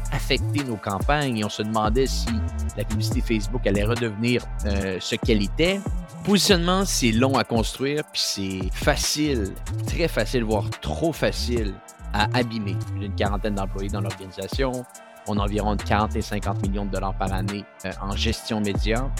affecté nos campagnes et on se demandait si la publicité Facebook allait redevenir ce qu'elle était. Positionnement, c'est long à construire, puis c'est facile, très facile, voire trop facile à abîmer. J'ai une quarantaine d'employés dans l'organisation. On a environ 40 et 50 millions de dollars par année en gestion média.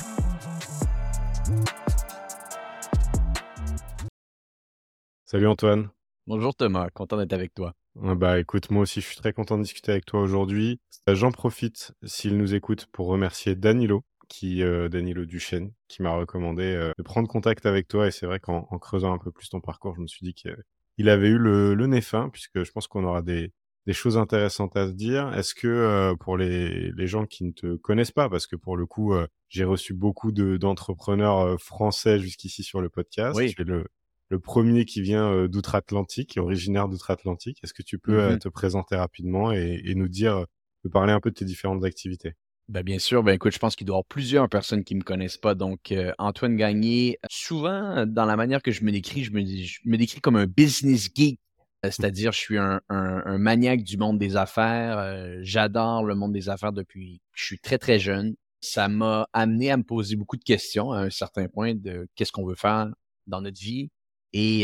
Salut Antoine. Bonjour Thomas, content d'être avec toi. Écoute, moi aussi je suis très content de discuter avec toi aujourd'hui. J'en profite, s'il nous écoute, pour remercier Danilo, Danilo Duchesne, qui m'a recommandé de prendre contact avec toi. Et c'est vrai qu'en creusant un peu plus ton parcours, je me suis dit qu'il avait eu le nez fin, puisque je pense qu'on aura des choses intéressantes à se dire. Est-ce que pour les gens qui ne te connaissent pas, parce que pour le coup, j'ai reçu beaucoup d'entrepreneurs français jusqu'ici sur le podcast. Oui. Tu es le premier qui vient d'outre-Atlantique, originaire d'outre-Atlantique. Est-ce que tu peux te présenter rapidement et nous parler un peu de tes différentes activités? Ben, bien sûr, écoute, je pense qu'il doit y avoir plusieurs personnes qui me connaissent pas. Donc, Antoine Gagné, souvent, dans la manière que je me décris, je me décris comme un business geek. C'est-à-dire, je suis un maniaque du monde des affaires. J'adore le monde des affaires depuis que je suis très, très jeune. Ça m'a amené à me poser beaucoup de questions à un certain point de qu'est-ce qu'on veut faire dans notre vie. Et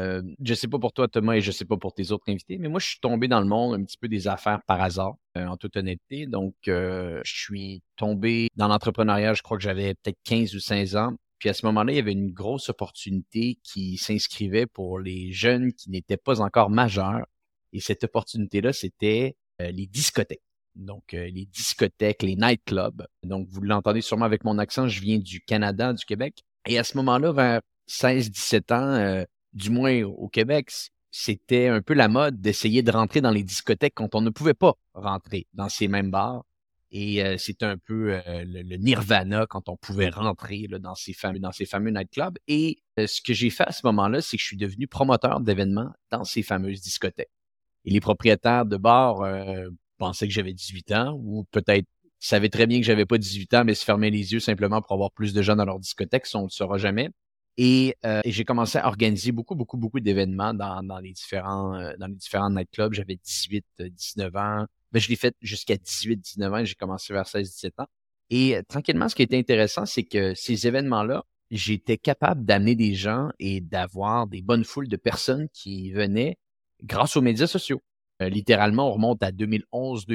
je sais pas pour toi, Thomas, et je sais pas pour tes autres invités, mais moi, je suis tombé dans le monde un petit peu des affaires par hasard, en toute honnêteté. Donc, je suis tombé dans l'entrepreneuriat, je crois que j'avais peut-être 15 ou 16 ans. Puis à ce moment-là, il y avait une grosse opportunité qui s'inscrivait pour les jeunes qui n'étaient pas encore majeurs. Et cette opportunité-là, c'était les discothèques. Donc, les discothèques, les nightclubs. Donc, vous l'entendez sûrement avec mon accent, je viens du Canada, du Québec. Et à ce moment-là, vers 16-17 ans, du moins au Québec, c'était un peu la mode d'essayer de rentrer dans les discothèques quand on ne pouvait pas rentrer dans ces mêmes bars. Et c'était un peu le nirvana quand on pouvait rentrer là, dans ces fameux nightclubs. Et ce que j'ai fait à ce moment-là, c'est que je suis devenu promoteur d'événements dans ces fameuses discothèques. Et les propriétaires de bars pensaient que j'avais 18 ans ou peut-être savaient très bien que j'avais pas 18 ans, mais se fermaient les yeux simplement pour avoir plus de gens dans leur discothèque, ça on ne le saura jamais. Et j'ai commencé à organiser beaucoup d'événements dans les différents nightclubs. J'avais 18, 19 ans. Je l'ai fait jusqu'à 18, 19 ans et j'ai commencé vers 16, 17 ans. Et tranquillement, ce qui était intéressant, c'est que ces événements-là, j'étais capable d'amener des gens et d'avoir des bonnes foules de personnes qui venaient grâce aux médias sociaux. Littéralement, on remonte à 2011,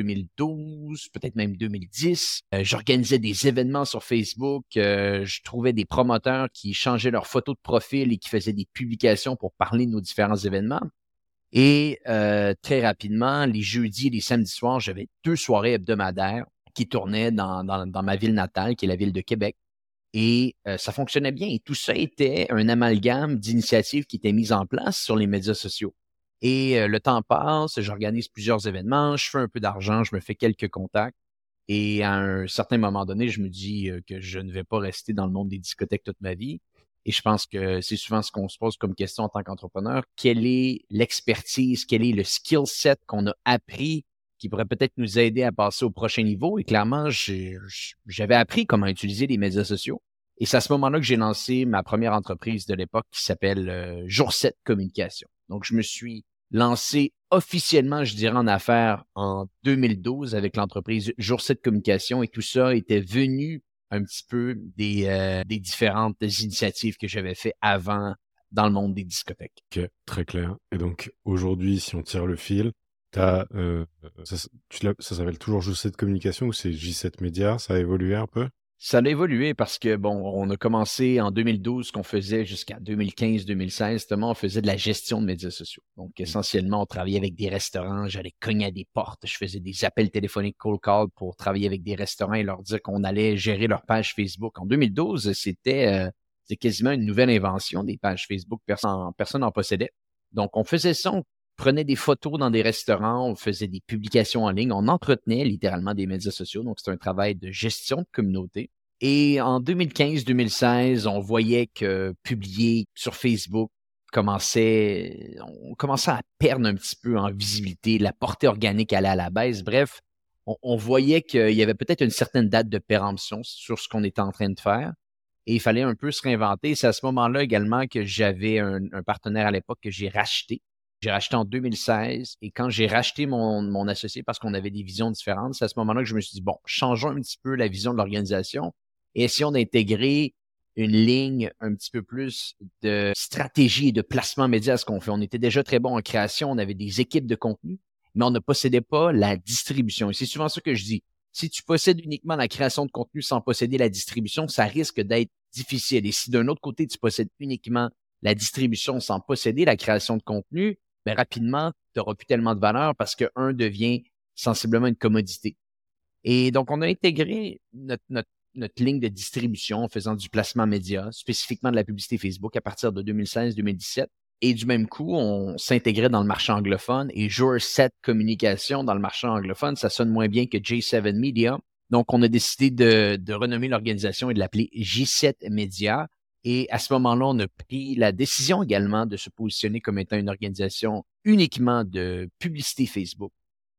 2012, peut-être même 2010. J'organisais des événements sur Facebook. Je trouvais des promoteurs qui changeaient leurs photos de profil et qui faisaient des publications pour parler de nos différents événements. Et très rapidement, les jeudis et les samedis soirs, j'avais 2 soirées hebdomadaires qui tournaient dans ma ville natale, qui est la ville de Québec. Et ça fonctionnait bien. Et tout ça était un amalgame d'initiatives qui étaient mises en place sur les médias sociaux. Et le temps passe, j'organise plusieurs événements, je fais un peu d'argent, je me fais quelques contacts. Et à un certain moment donné, je me dis que je ne vais pas rester dans le monde des discothèques toute ma vie. Et je pense que c'est souvent ce qu'on se pose comme question en tant qu'entrepreneur. Quelle est l'expertise, quel est le skill set qu'on a appris qui pourrait peut-être nous aider à passer au prochain niveau? Et clairement, j'avais appris comment utiliser les médias sociaux. Et c'est à ce moment-là que j'ai lancé ma première entreprise de l'époque qui s'appelle Jour 7 Communication. Donc, je me suis lancé officiellement, je dirais, en affaires en 2012 avec l'entreprise Jour 7 Communication et tout ça était venu un petit peu des différentes initiatives que j'avais fait avant dans le monde des discothèques. Ok, très clair. Et donc, aujourd'hui, si on tire le fil, ça s'appelle toujours J7 Communication ou c'est J7 Média? Ça a évolué un peu? Ça a évolué parce que, bon, on a commencé en 2012, qu'on faisait jusqu'à 2015-2016, justement, on faisait de la gestion de médias sociaux. Donc, essentiellement, on travaillait avec des restaurants, j'allais cogner à des portes, je faisais des appels téléphoniques cold call pour travailler avec des restaurants et leur dire qu'on allait gérer leur page Facebook. En 2012, c'était quasiment une nouvelle invention des pages Facebook. Personne n'en possédait. Donc, on faisait ça, on prenait des photos dans des restaurants, on faisait des publications en ligne, on entretenait littéralement des médias sociaux. Donc, c'est un travail de gestion de communauté. Et en 2015-2016, on voyait que publier sur Facebook on commençait à perdre un petit peu en visibilité, la portée organique allait à la baisse. Bref, on voyait qu'il y avait peut-être une certaine date de péremption sur ce qu'on était en train de faire. Et il fallait un peu se réinventer. C'est à ce moment-là également que j'avais un partenaire à l'époque que j'ai racheté J'ai racheté en 2016 et quand j'ai racheté mon associé parce qu'on avait des visions différentes, c'est à ce moment-là que je me suis dit, bon, changeons un petit peu la vision de l'organisation et essayons d'intégrer une ligne un petit peu plus de stratégie et de placement média à ce qu'on fait. On était déjà très bon en création, on avait des équipes de contenu, mais on ne possédait pas la distribution. Et c'est souvent ça que je dis. Si tu possèdes uniquement la création de contenu sans posséder la distribution, ça risque d'être difficile. Et si d'un autre côté, tu possèdes uniquement la distribution sans posséder la création de contenu, ben rapidement, tu n'auras plus tellement de valeur parce que un devient sensiblement une commodité. Et donc, on a intégré notre ligne de distribution en faisant du placement média, spécifiquement de la publicité Facebook à partir de 2016-2017. Et du même coup, on s'intégrait dans le marché anglophone et Jour 7 Communication dans le marché anglophone, ça sonne moins bien que J7 Media. Donc, on a décidé de renommer l'organisation et de l'appeler J7 Media. Et à ce moment-là, on a pris la décision également de se positionner comme étant une organisation uniquement de publicité Facebook.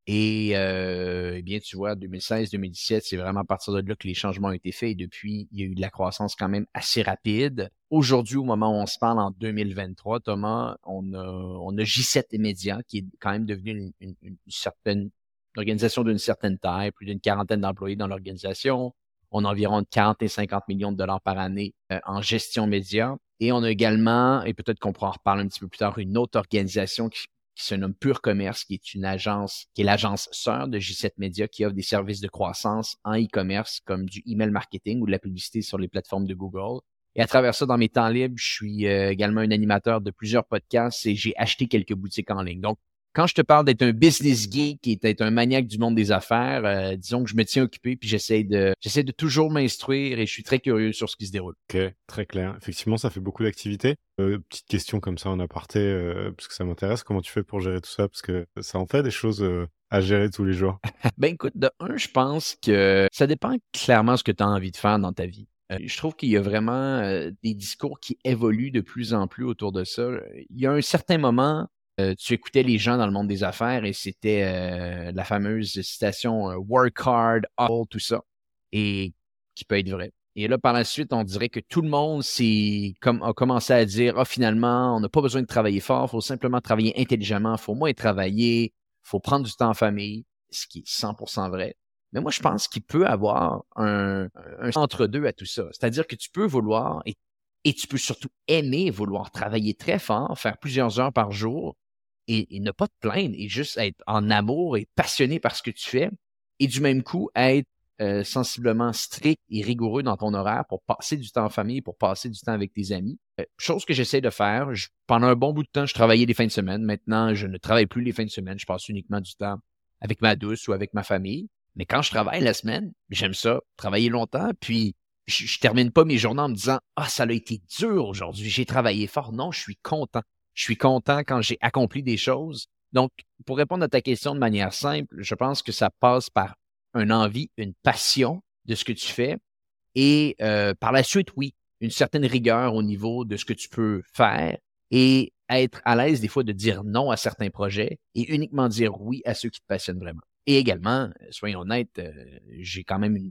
Et eh bien, tu vois, 2016-2017, c'est vraiment à partir de là que les changements ont été faits et depuis, il y a eu de la croissance quand même assez rapide. Aujourd'hui, au moment où on se parle en 2023, Thomas, on a J7 Média qui est quand même devenu une certaine une organisation d'une certaine taille, plus d'une quarantaine d'employés dans l'organisation. On a environ 40 et 50 millions de dollars par année en gestion média. Et on a également, et peut-être qu'on pourra en reparler un petit peu plus tard, une autre organisation qui se nomme Pure Commerce, qui est une agence, qui est l'agence sœur de J7 Media, qui offre des services de croissance en e-commerce, comme du email marketing ou de la publicité sur les plateformes de Google. Et à travers ça, dans mes temps libres, je suis également un animateur de plusieurs podcasts et j'ai acheté quelques boutiques en ligne. Donc, quand je te parle d'être un business geek et d'être un maniaque du monde des affaires, disons que je me tiens occupé puis j'essaie de toujours m'instruire et je suis très curieux sur ce qui se déroule. Ok, très clair. Effectivement, ça fait beaucoup d'activités. Petite question comme ça en aparté, parce que ça m'intéresse. Comment tu fais pour gérer tout ça? Parce que ça en fait des choses à gérer tous les jours. Ben écoute, de un, je pense que ça dépend clairement ce que tu as envie de faire dans ta vie. Je trouve qu'il y a vraiment des discours qui évoluent de plus en plus autour de ça. Il y a un certain moment, tu écoutais les gens dans le monde des affaires et c'était la fameuse citation work hard, hustle, tout ça, et qui peut être vrai. Et là, par la suite, on dirait que tout le monde a commencé à dire, ah, finalement, on n'a pas besoin de travailler fort, il faut simplement travailler intelligemment, il faut moins travailler, il faut prendre du temps en famille, ce qui est 100% vrai. Mais moi, je pense qu'il peut avoir un entre-deux à tout ça. C'est-à-dire que tu peux vouloir et tu peux surtout aimer vouloir travailler très fort, faire plusieurs heures par jour et ne pas te plaindre et juste être en amour et passionné par ce que tu fais et du même coup être sensiblement strict et rigoureux dans ton horaire pour passer du temps en famille, pour passer du temps avec tes amis. Chose que j'essaie de faire. Pendant un bon bout de temps, je travaillais les fins de semaine. Maintenant, je ne travaille plus les fins de semaine. Je passe uniquement du temps avec ma douce ou avec ma famille. Mais quand je travaille la semaine, j'aime ça, travailler longtemps. Puis, je termine pas mes journées en me disant « Ah, ça a été dur aujourd'hui, j'ai travaillé fort. » Non, je suis content. Je suis content quand j'ai accompli des choses. Donc, pour répondre à ta question de manière simple, je pense que ça passe par une envie, une passion de ce que tu fais. Et par la suite, oui, une certaine rigueur au niveau de ce que tu peux faire et être à l'aise des fois de dire non à certains projets et uniquement dire oui à ceux qui te passionnent vraiment. Et également, soyons honnêtes, j'ai quand même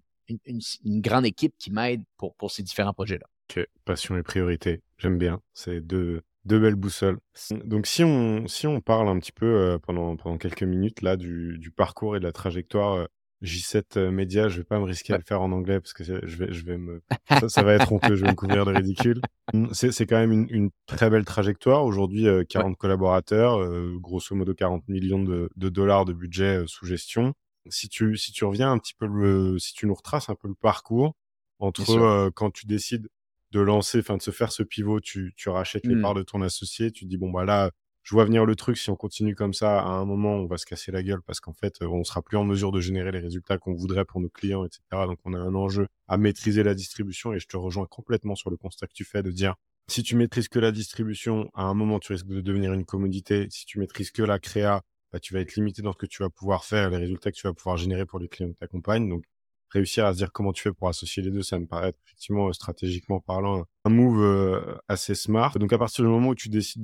une grande équipe qui m'aide pour ces différents projets-là. Ok, passion et priorité. J'aime bien. C'est deux belles boussoles. Donc, si on parle un petit peu pendant quelques minutes là du parcours et de la trajectoire J7 Média, je vais pas me risquer à Ouais. le faire en anglais parce que je vais me ça va être honteux, je vais me couvrir de ridicule. C'est quand même une très belle trajectoire. Aujourd'hui, Ouais. 40 collaborateurs, grosso modo 40 millions de dollars de budget sous gestion. Si tu reviens un petit peu si tu nous retraces un peu le parcours Bien entre sûr. quand tu décides de lancer, enfin de se faire ce pivot, tu rachètes les Hmm. parts de ton associé, tu te dis bon bah là, je vois venir le truc, si on continue comme ça, à un moment, on va se casser la gueule parce qu'en fait, on sera plus en mesure de générer les résultats qu'on voudrait pour nos clients, etc. Donc on a un enjeu à maîtriser la distribution et je te rejoins complètement sur le constat que tu fais de dire si tu maîtrises que la distribution, à un moment, tu risques de devenir une commodité. Si tu maîtrises que la créa, bah, tu vas être limité dans ce que tu vas pouvoir faire, les résultats que tu vas pouvoir générer pour les clients que tu accompagnes. Donc, réussir à se dire comment tu fais pour associer les deux, ça me paraît être effectivement stratégiquement parlant un move assez smart. Donc à partir du moment où tu décides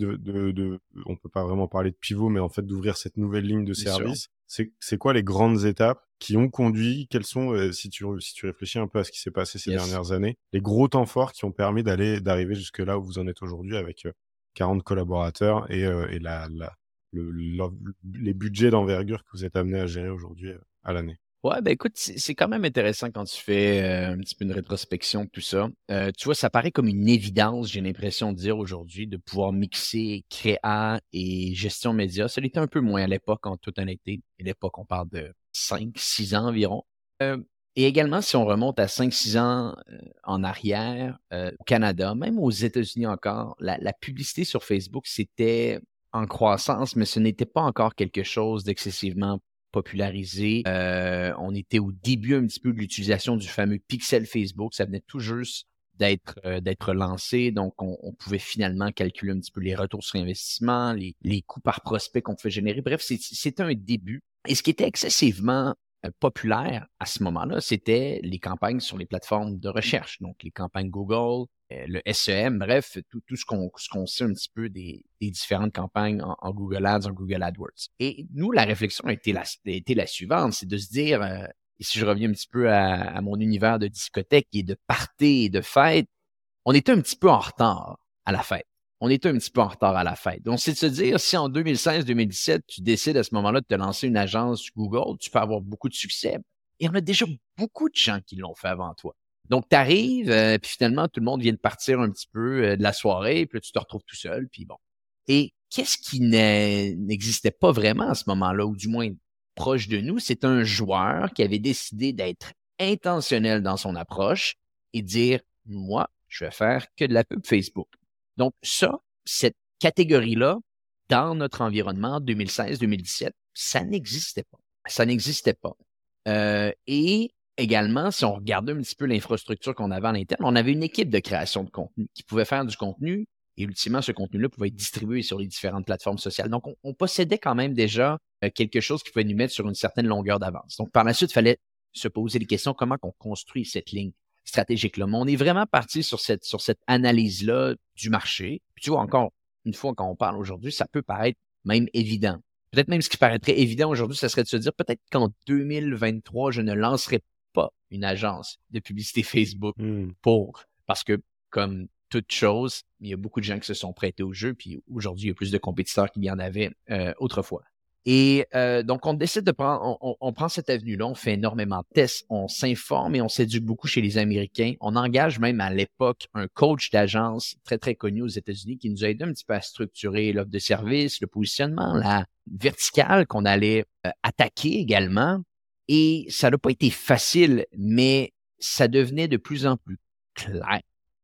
on peut pas vraiment parler de pivot, mais en fait d'ouvrir cette nouvelle ligne de Bien sûr. service, c'est quoi les grandes étapes qui ont conduit, quels sont, si tu réfléchis un peu à ce qui s'est passé ces Yes. dernières années, les gros temps forts qui ont permis d'arriver jusque là où vous en êtes aujourd'hui avec 40 collaborateurs et les budgets d'envergure que vous êtes amenés à gérer aujourd'hui à l'année? Ouais, ben écoute, c'est quand même intéressant quand tu fais un petit peu une rétrospection de tout ça. Tu vois, ça paraît comme une évidence, j'ai l'impression de dire aujourd'hui, de pouvoir mixer créa et gestion média. Ça l'était un peu moins à l'époque, en toute honnêteté. À l'époque, on parle de 5, 6 ans environ. Euh, et également, si on remonte à 5, 6 ans en arrière, au Canada, même aux États-Unis encore, la publicité sur Facebook, c'était en croissance, mais ce n'était pas encore quelque chose d'excessivement popularisé. On était au début un petit peu de l'utilisation du fameux pixel Facebook. Ça venait tout juste d'être lancé. Donc, on pouvait finalement calculer un petit peu les retours sur investissement, les coûts par prospect qu'on pouvait générer. Bref, c'était un début. Et ce qui était excessivement populaire à ce moment-là, c'était les campagnes sur les plateformes de recherche. Donc, les campagnes Google, le SEM, bref, tout ce qu'on sait un petit peu des différentes campagnes en Google Ads, en Google AdWords. Et nous, la réflexion a été la suivante, c'est de se dire, et si je reviens un petit peu à mon univers de discothèque et de party et de fête, on était un petit peu en retard à la fête. On était un petit peu en retard à la fête. Donc, c'est de se dire, si en 2016-2017, tu décides à ce moment-là de te lancer une agence Google, tu peux avoir beaucoup de succès. Et on a déjà beaucoup de gens qui l'ont fait avant toi. Donc, tu arrives, puis finalement, tout le monde vient de partir un petit peu de la soirée, puis là, tu te retrouves tout seul, puis bon. Et qu'est-ce qui n'existait pas vraiment à ce moment-là, ou du moins proche de nous? C'est un joueur qui avait décidé d'être intentionnel dans son approche et dire, moi, je vais faire que de la pub Facebook. Donc, cette catégorie-là, dans notre environnement 2016-2017, ça n'existait pas. Ça n'existait pas. Et également, si on regardait un petit peu l'infrastructure qu'on avait à l'interne, on avait une équipe de création de contenu qui pouvait faire du contenu et ultimement, ce contenu-là pouvait être distribué sur les différentes plateformes sociales. Donc, on possédait quand même déjà quelque chose qui pouvait nous mettre sur une certaine longueur d'avance. Donc, par la suite, il fallait se poser des questions, comment on construit cette ligne stratégique-là. Mais on est vraiment parti sur cette analyse-là du marché. Puis tu vois, encore une fois, quand on parle aujourd'hui, ça peut paraître même évident. Peut-être même ce qui paraîtrait évident aujourd'hui, ça serait de se dire peut-être qu'en 2023, je ne lancerai pas une agence de publicité Facebook parce que comme toute chose, il y a beaucoup de gens qui se sont prêtés au jeu, puis aujourd'hui, il y a plus de compétiteurs qu'il y en avait autrefois. Et donc, on décide de prendre, on prend cette avenue-là, on fait énormément de tests, on s'informe et on s'éduque beaucoup chez les Américains. On engage même à l'époque un coach d'agence très, très connu aux États-Unis qui nous a aidé un petit peu à structurer l'offre de service, le positionnement, la verticale qu'on allait attaquer également. Et ça n'a pas été facile, mais ça devenait de plus en plus clair.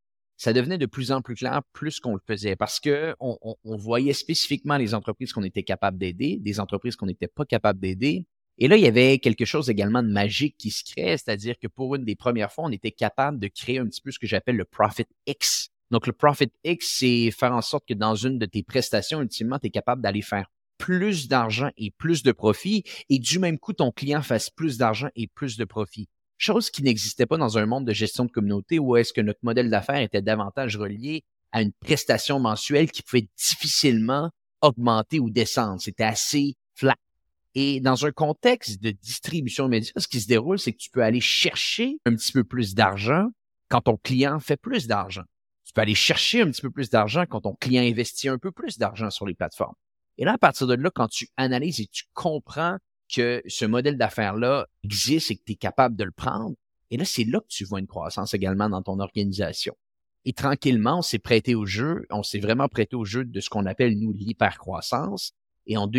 Ça devenait de plus en plus clair plus qu'on le faisait parce que on voyait spécifiquement les entreprises qu'on était capable d'aider, des entreprises qu'on n'était pas capable d'aider. Et là, il y avait quelque chose également de magique qui se crée, c'est-à-dire que pour une des premières fois, on était capable de créer un petit peu ce que j'appelle le Profit X. Donc, le Profit X, c'est faire en sorte que dans une de tes prestations, ultimement, tu es capable d'aller faire plus d'argent et plus de profit et du même coup, ton client fasse plus d'argent et plus de profit. Chose qui n'existait pas dans un monde de gestion de communauté où est-ce que notre modèle d'affaires était davantage relié à une prestation mensuelle qui pouvait difficilement augmenter ou descendre. C'était assez flat. Et dans un contexte de distribution média, ce qui se déroule, c'est que tu peux aller chercher un petit peu plus d'argent quand ton client fait plus d'argent. Tu peux aller chercher un petit peu plus d'argent quand ton client investit un peu plus d'argent sur les plateformes. Et là, à partir de là, quand tu analyses et tu comprends que ce modèle d'affaires-là existe et que tu es capable de le prendre, et là, c'est là que tu vois une croissance également dans ton organisation. Et tranquillement, on s'est prêté au jeu, on s'est vraiment prêté au jeu de ce qu'on appelle, nous, l'hypercroissance. Et en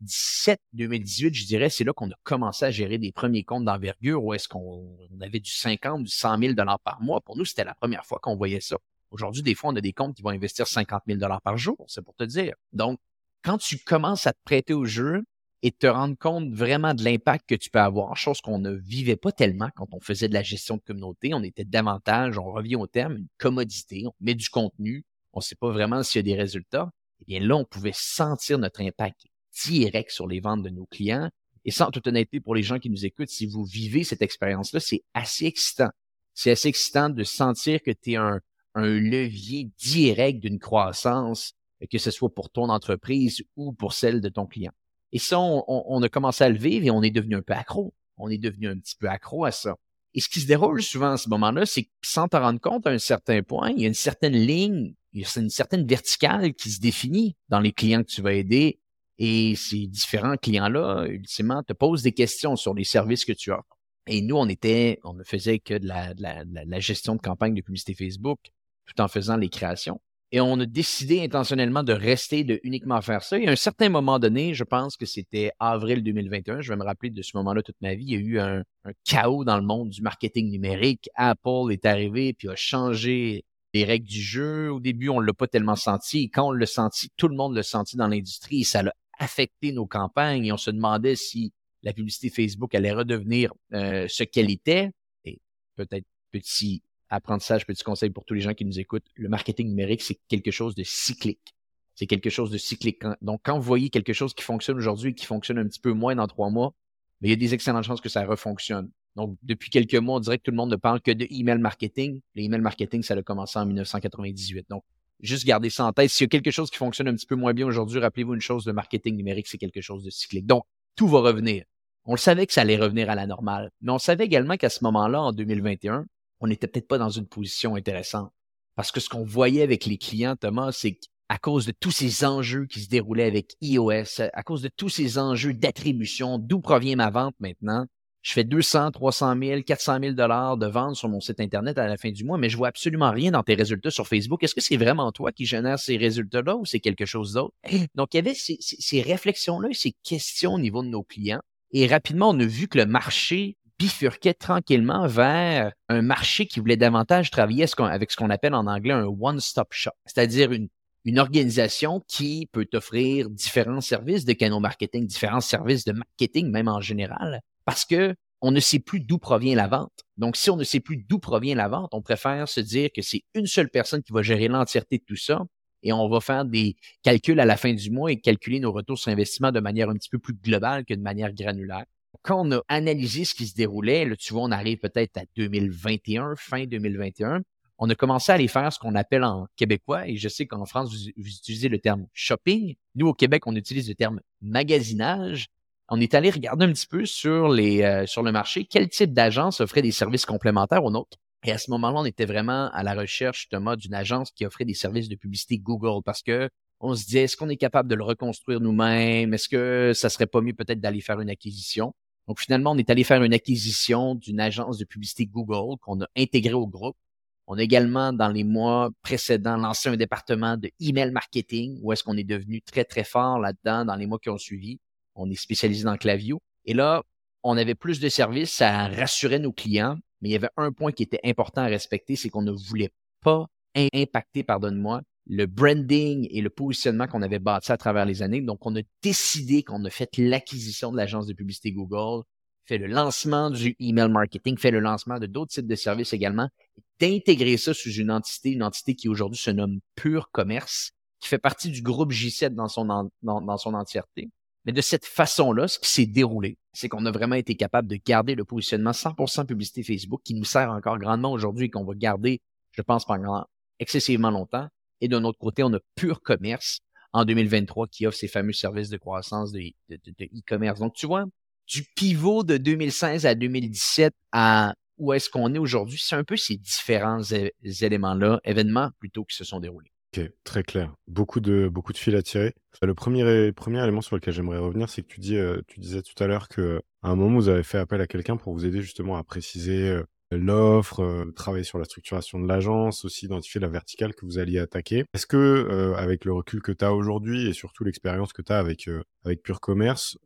2017-2018, je dirais, c'est là qu'on a commencé à gérer des premiers comptes d'envergure où est-ce qu'on avait du 50, du 100 000 $ par mois. Pour nous, c'était la première fois qu'on voyait ça. Aujourd'hui, des fois, on a des comptes qui vont investir 50 000 $ par jour, c'est pour te dire. Donc, quand tu commences à te prêter au jeu et te rendre compte vraiment de l'impact que tu peux avoir, chose qu'on ne vivait pas tellement quand on faisait de la gestion de communauté, on était davantage, on revient au terme, une commodité, on met du contenu, on ne sait pas vraiment s'il y a des résultats. Eh bien là, on pouvait sentir notre impact direct sur les ventes de nos clients. Et sans toute honnêteté, pour les gens qui nous écoutent, si vous vivez cette expérience-là, c'est assez excitant. C'est assez excitant de sentir que tu es un levier direct d'une croissance, que ce soit pour ton entreprise ou pour celle de ton client. Et ça, on a commencé à le vivre et on est devenu un peu accro. On est devenu un petit peu accro à ça. Et ce qui se déroule souvent à ce moment-là, c'est que sans t'en rendre compte à un certain point, il y a une certaine ligne, il y a une certaine verticale qui se définit dans les clients que tu vas aider Et ces différents clients-là, ultimement, te posent des questions sur les services que tu offres. Et nous, on ne faisait que de la gestion de campagne de publicité Facebook, tout en faisant les créations. Et on a décidé intentionnellement de rester, de uniquement faire ça. Et à un certain moment donné, je pense que c'était avril 2021, je vais me rappeler de ce moment-là toute ma vie, il y a eu un chaos dans le monde du marketing numérique. Apple est arrivé puis a changé les règles du jeu. Au début, on ne l'a pas tellement senti. Et quand on l'a senti, tout le monde l'a senti dans l'industrie et ça l'a affecté nos campagnes. Et on se demandait si la publicité Facebook allait redevenir ce qu'elle était. Et peut-être petit apprentissage, petit conseil pour tous les gens qui nous écoutent, le marketing numérique, c'est quelque chose de cyclique. C'est quelque chose de cyclique. Donc, quand vous voyez quelque chose qui fonctionne aujourd'hui et qui fonctionne un petit peu moins dans 3 mois, mais il y a des excellentes chances que ça refonctionne. Donc, depuis quelques mois, on dirait que tout le monde ne parle que de email marketing. L'email marketing, ça a commencé en 1998. Donc, juste gardez ça en tête. S'il y a quelque chose qui fonctionne un petit peu moins bien aujourd'hui, rappelez-vous une chose, le marketing numérique, c'est quelque chose de cyclique. Donc, tout va revenir. On le savait que ça allait revenir à la normale, mais on savait également qu'à ce moment-là, en 2021, on n'était peut-être pas dans une position intéressante. Parce que ce qu'on voyait avec les clients, Thomas, c'est qu'à cause de tous ces enjeux qui se déroulaient avec iOS, à cause de tous ces enjeux d'attribution, d'où provient ma vente maintenant, je fais 200, 300 000, 400 000 $ de vente sur mon site Internet à la fin du mois, mais je vois absolument rien dans tes résultats sur Facebook. Est-ce que c'est vraiment toi qui génère ces résultats-là ou c'est quelque chose d'autre? Donc, il y avait ces réflexions-là et ces questions au niveau de nos clients. Et rapidement, on a vu que le marché bifurquait tranquillement vers un marché qui voulait davantage travailler avec ce qu'on appelle en anglais un one-stop shop, c'est-à-dire une organisation qui peut t'offrir différents services de canaux marketing, différents services de marketing même en général, parce que on ne sait plus d'où provient la vente. Donc, si on ne sait plus d'où provient la vente, on préfère se dire que c'est une seule personne qui va gérer l'entièreté de tout ça et on va faire des calculs à la fin du mois et calculer nos retours sur investissement de manière un petit peu plus globale que de manière granulaire. Quand on a analysé ce qui se déroulait, là, tu vois, on arrive peut-être à 2021, fin 2021, on a commencé à aller faire ce qu'on appelle en québécois, et je sais qu'en France, vous utilisez le terme shopping. Nous, au Québec, on utilise le terme magasinage. On est allé regarder un petit peu sur le marché quel type d'agence offrait des services complémentaires aux nôtres. Et à ce moment-là, on était vraiment à la recherche, Thomas, d'une agence qui offrait des services de publicité Google parce que on se disait, est-ce qu'on est capable de le reconstruire nous-mêmes? Est-ce que ça serait pas mieux peut-être d'aller faire une acquisition? Donc, finalement, on est allé faire une acquisition d'une agence de publicité Google qu'on a intégrée au groupe. On a également, dans les mois précédents, lancé un département de email marketing où est-ce qu'on est devenu très, très fort là-dedans dans les mois qui ont suivi. On est spécialisé dans Klaviyo. Et là, on avait plus de services, ça rassurait nos clients, mais il y avait un point qui était important à respecter, c'est qu'on ne voulait pas impacter, pardonne-moi, le branding et le positionnement qu'on avait bâti à travers les années. Donc, on a décidé qu'on a fait l'acquisition de l'agence de publicité Google, fait le lancement du email marketing, fait le lancement de d'autres types de services également, d'intégrer ça sous une entité qui aujourd'hui se nomme Pure Commerce, qui fait partie du groupe J7 dans son entièreté. Mais de cette façon-là, ce qui s'est déroulé, c'est qu'on a vraiment été capable de garder le positionnement 100% publicité Facebook qui nous sert encore grandement aujourd'hui et qu'on va garder, je pense, pendant excessivement longtemps. Et d'un autre côté, on a Pure Commerce en 2023 qui offre ces fameux services de croissance de e-commerce. Donc, tu vois, du pivot de 2016 à 2017 à où est-ce qu'on est aujourd'hui, c'est un peu ces différents éléments-là, événements plutôt qui se sont déroulés. Ok, très clair. Beaucoup de fils à tirer. Le premier élément sur lequel j'aimerais revenir, c'est que tu disais tout à l'heure que à un moment, vous avez fait appel à quelqu'un pour vous aider justement à préciser l'offre, travailler sur la structuration de l'agence, aussi identifier la verticale que vous alliez attaquer. Est-ce que, avec le recul que tu as aujourd'hui et surtout l'expérience que tu as avec Pure Commerce,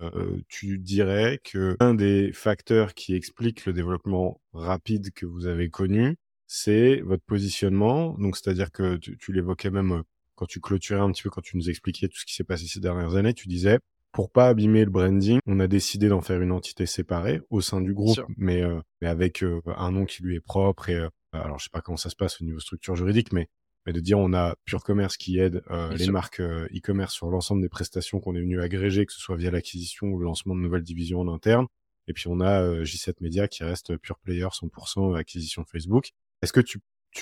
tu dirais que un des facteurs qui explique le développement rapide que vous avez connu, c'est votre positionnement. Donc, c'est-à-dire que tu l'évoquais même quand tu clôturais un petit peu, quand tu nous expliquais tout ce qui s'est passé ces dernières années, tu disais, pour pas abîmer le branding, on a décidé d'en faire une entité séparée au sein du groupe, mais avec un nom qui lui est propre. Et alors, je sais pas comment ça se passe au niveau structure juridique, mais de dire on a Pure Commerce qui aide les marques e-commerce sur l'ensemble des prestations qu'on est venu agréger, que ce soit via l'acquisition ou le lancement de nouvelles divisions en interne. Et puis, on a J7 Media qui reste Pure Player 100% acquisition Facebook. Est-ce que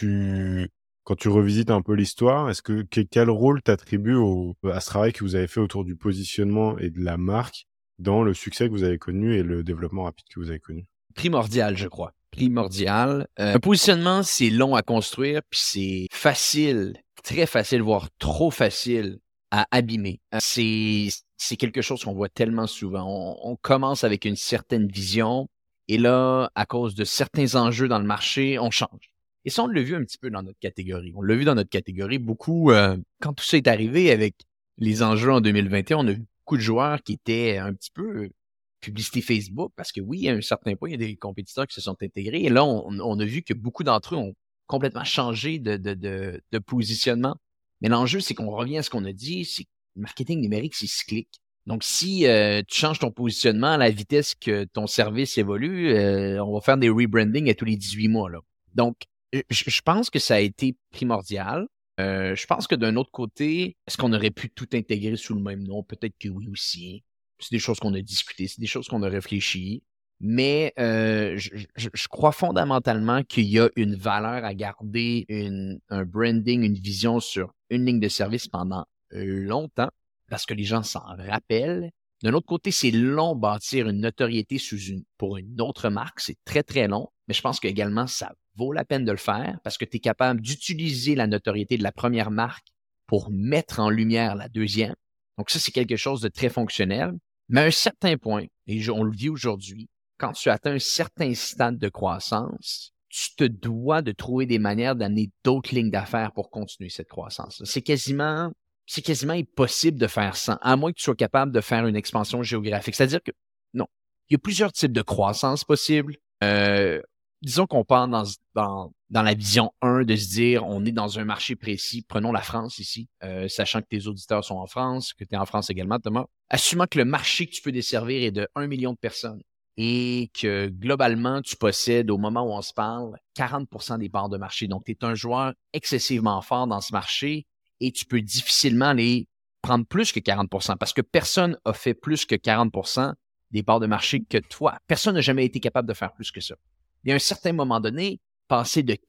quand tu revisites un peu l'histoire, quel rôle t'attribues à ce travail que vous avez fait autour du positionnement et de la marque dans le succès que vous avez connu et le développement rapide que vous avez connu? Primordial, je crois. Primordial. Un positionnement, c'est long à construire, puis c'est facile, très facile, voire trop facile à abîmer. C'est quelque chose qu'on voit tellement souvent. On commence avec une certaine vision et là, à cause de certains enjeux dans le marché, on change. Et ça, on l'a vu un petit peu dans notre catégorie. On l'a vu dans notre catégorie beaucoup quand tout ça est arrivé avec les enjeux en 2021, on a vu beaucoup de joueurs qui étaient un petit peu publicité Facebook parce que oui, à un certain point, il y a des compétiteurs qui se sont intégrés et là, on a vu que beaucoup d'entre eux ont complètement changé de positionnement. Mais l'enjeu, c'est qu'on revient à ce qu'on a dit, c'est que le marketing numérique, c'est cyclique. Donc, si tu changes ton positionnement à la vitesse que ton service évolue, on va faire des rebranding à tous les 18 mois. Là. Donc, je pense que ça a été primordial. Je pense que d'un autre côté, est-ce qu'on aurait pu tout intégrer sous le même nom? Peut-être que oui aussi. C'est des choses qu'on a discutées, c'est des choses qu'on a réfléchies. Mais je crois fondamentalement qu'il y a une valeur à garder un branding, une vision sur une ligne de service pendant longtemps parce que les gens s'en rappellent. D'un autre côté, c'est long bâtir une notoriété pour une autre marque. C'est très, très long. Mais je pense qu'également, ça vaut la peine de le faire parce que tu es capable d'utiliser la notoriété de la première marque pour mettre en lumière la deuxième. Donc ça, c'est quelque chose de très fonctionnel. Mais à un certain point, et on le vit aujourd'hui, quand tu atteins un certain stade de croissance, tu te dois de trouver des manières d'amener d'autres lignes d'affaires pour continuer cette croissance. C'est quasiment impossible de faire ça, à moins que tu sois capable de faire une expansion géographique. C'est-à-dire que, non, il y a plusieurs types de croissance possibles. Disons qu'on part dans la vision 1 de se dire, on est dans un marché précis. Prenons la France ici, sachant que tes auditeurs sont en France, que tu es en France également, Thomas. Assumant que le marché que tu peux desservir est de 1 million de personnes et que globalement, tu possèdes, au moment où on se parle, 40% des parts de marché. Donc, tu es un joueur excessivement fort dans ce marché et tu peux difficilement les prendre plus que 40% parce que personne n'a fait plus que 40% des parts de marché que toi. Personne n'a jamais été capable de faire plus que ça. Et à un certain moment donné, passer de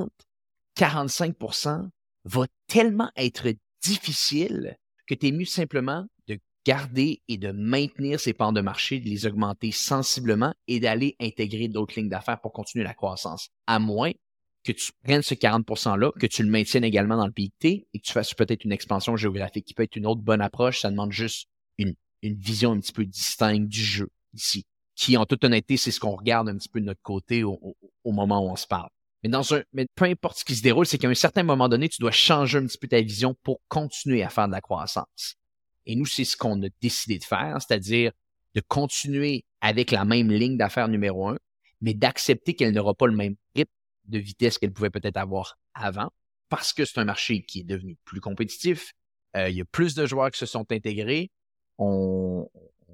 40-45% va tellement être difficile que tu es mieux simplement de garder et de maintenir ces parts de marché, de les augmenter sensiblement et d'aller intégrer d'autres lignes d'affaires pour continuer la croissance. À moins que tu prennes ce 40%-là, que tu le maintiennes également dans le pays que t'es et que tu fasses peut-être une expansion géographique qui peut être une autre bonne approche. Ça demande juste une vision un petit peu distincte du jeu ici, qui, en toute honnêteté, c'est ce qu'on regarde un petit peu de notre côté au moment où on se parle. Mais peu importe ce qui se déroule, c'est qu'à un certain moment donné, tu dois changer un petit peu ta vision pour continuer à faire de la croissance. Et nous, c'est ce qu'on a décidé de faire, c'est-à-dire de continuer avec la même ligne d'affaires numéro 1, mais d'accepter qu'elle n'aura pas le même rythme de vitesse qu'elle pouvait peut-être avoir avant, parce que c'est un marché qui est devenu plus compétitif. Il y a plus de joueurs qui se sont intégrés. Qu'on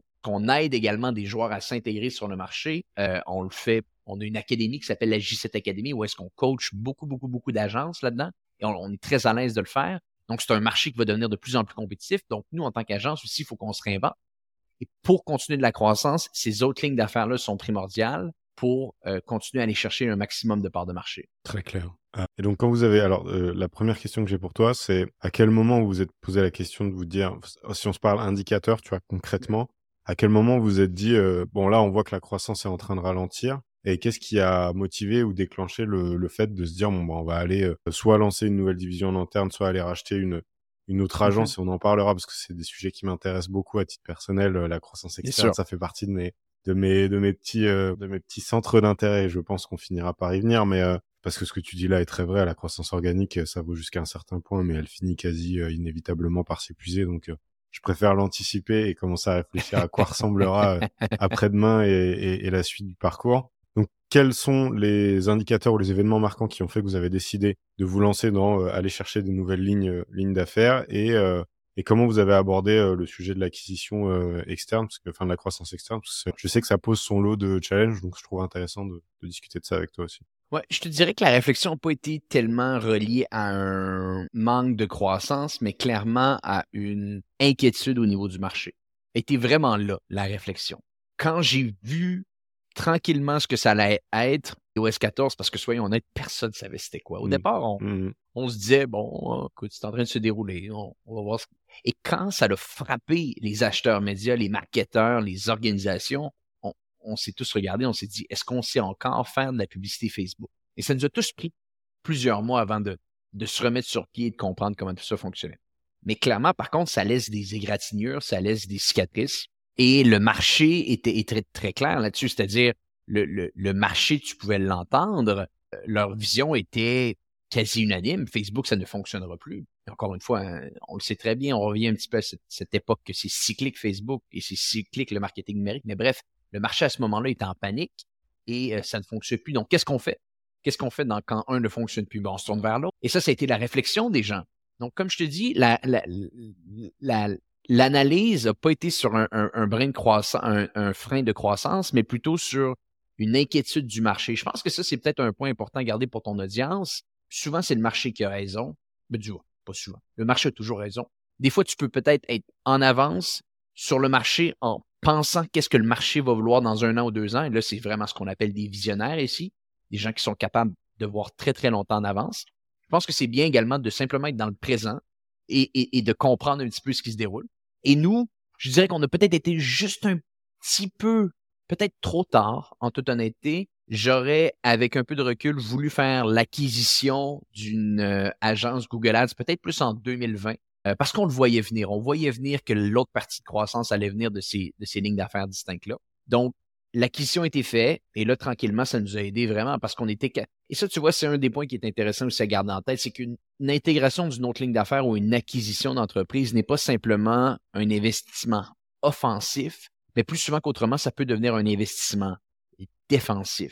aide également des joueurs à s'intégrer sur le marché. On le fait. On a une académie qui s'appelle la J7 Academy où est-ce qu'on coach beaucoup d'agences là-dedans et on est très à l'aise de le faire. Donc, c'est un marché qui va devenir de plus en plus compétitif. Donc, nous, en tant qu'agence aussi, il faut qu'on se réinvente. Et pour continuer de la croissance, ces autres lignes d'affaires-là sont primordiales pour continuer à aller chercher un maximum de parts de marché. Très clair. Et donc, quand vous avez... Alors, la première question que j'ai pour toi, c'est à quel moment vous vous êtes posé la question de vous dire, si on se parle indicateur, tu vois, concrètement, à quel moment vous vous êtes dit, bon, là, on voit que la croissance est en train de ralentir, et qu'est-ce qui a motivé ou déclenché le fait de se dire, bon, bah, on va aller soit lancer une nouvelle division en interne, soit aller racheter une autre agence, et on en parlera parce que c'est des sujets qui m'intéressent beaucoup à titre personnel. La croissance externe, ça fait partie de mes petits centres d'intérêt. Et je pense qu'on finira par y venir, mais parce que ce que tu dis là est très vrai. La croissance organique, ça vaut jusqu'à un certain point, mais elle finit quasi inévitablement par s'épuiser. Donc, je préfère l'anticiper et commencer à réfléchir à quoi ressemblera après-demain et la suite du parcours. Donc, quels sont les indicateurs ou les événements marquants qui ont fait que vous avez décidé de vous lancer dans aller chercher des nouvelles lignes d'affaires et comment vous avez abordé le sujet de l'acquisition externe, de la croissance externe, parce que je sais que ça pose son lot de challenges, donc je trouve intéressant de discuter de ça avec toi aussi. Ouais, je te dirais que la réflexion n'a pas été tellement reliée à un manque de croissance, mais clairement à une inquiétude au niveau du marché. Elle était vraiment là, la réflexion. Quand j'ai vu tranquillement ce que ça allait être iOS 14, parce que soyons honnêtes, personne ne savait c'était quoi. Au départ, on se disait, bon, écoute, c'est en train de se dérouler, on va voir. Et quand ça a frappé les acheteurs médias, les marketeurs, les organisations, on s'est tous regardés, on s'est dit, est-ce qu'on sait encore faire de la publicité Facebook? Et ça nous a tous pris plusieurs mois avant de se remettre sur pied et de comprendre comment tout ça fonctionnait. Mais clairement, par contre, ça laisse des égratignures, ça laisse des cicatrices. Et le marché est très, très clair là-dessus. C'est-à-dire, le marché, tu pouvais l'entendre, leur vision était quasi unanime. Facebook, ça ne fonctionnera plus. Et encore une fois, hein, on le sait très bien, on revient un petit peu à cette époque que c'est cyclique Facebook et c'est cyclique le marketing numérique. Mais bref, le marché à ce moment-là était en panique et ça ne fonctionne plus. Donc, qu'est-ce qu'on fait? Qu'est-ce qu'on fait quand un ne fonctionne plus? Ben, on se tourne vers l'autre. Et ça a été la réflexion des gens. Donc, comme je te dis, l'analyse n'a pas été sur un brin de croissance, un frein de croissance, mais plutôt sur une inquiétude du marché. Je pense que ça, c'est peut-être un point important à garder pour ton audience. Souvent, c'est le marché qui a raison. Mais du moins, pas souvent. Le marché a toujours raison. Des fois, tu peux peut-être être en avance sur le marché en pensant qu'est-ce que le marché va vouloir dans 1 an ou 2 ans. Et là, c'est vraiment ce qu'on appelle des visionnaires ici, des gens qui sont capables de voir très, très longtemps en avance. Je pense que c'est bien également de simplement être dans le présent et de comprendre un petit peu ce qui se déroule. Et nous, je dirais qu'on a peut-être été juste un petit peu, peut-être trop tard, en toute honnêteté. J'aurais, avec un peu de recul, voulu faire l'acquisition d'une agence Google Ads, peut-être plus en 2020, parce qu'on le voyait venir. On voyait venir que l'autre partie de croissance allait venir de ces lignes d'affaires distinctes-là. Donc, l'acquisition a été faite et là, tranquillement, ça nous a aidé vraiment parce qu'on était... Et ça, tu vois, c'est un des points qui est intéressant aussi à garder en tête, c'est qu'une intégration d'une autre ligne d'affaires ou une acquisition d'entreprise n'est pas simplement un investissement offensif, mais plus souvent qu'autrement, ça peut devenir un investissement défensif.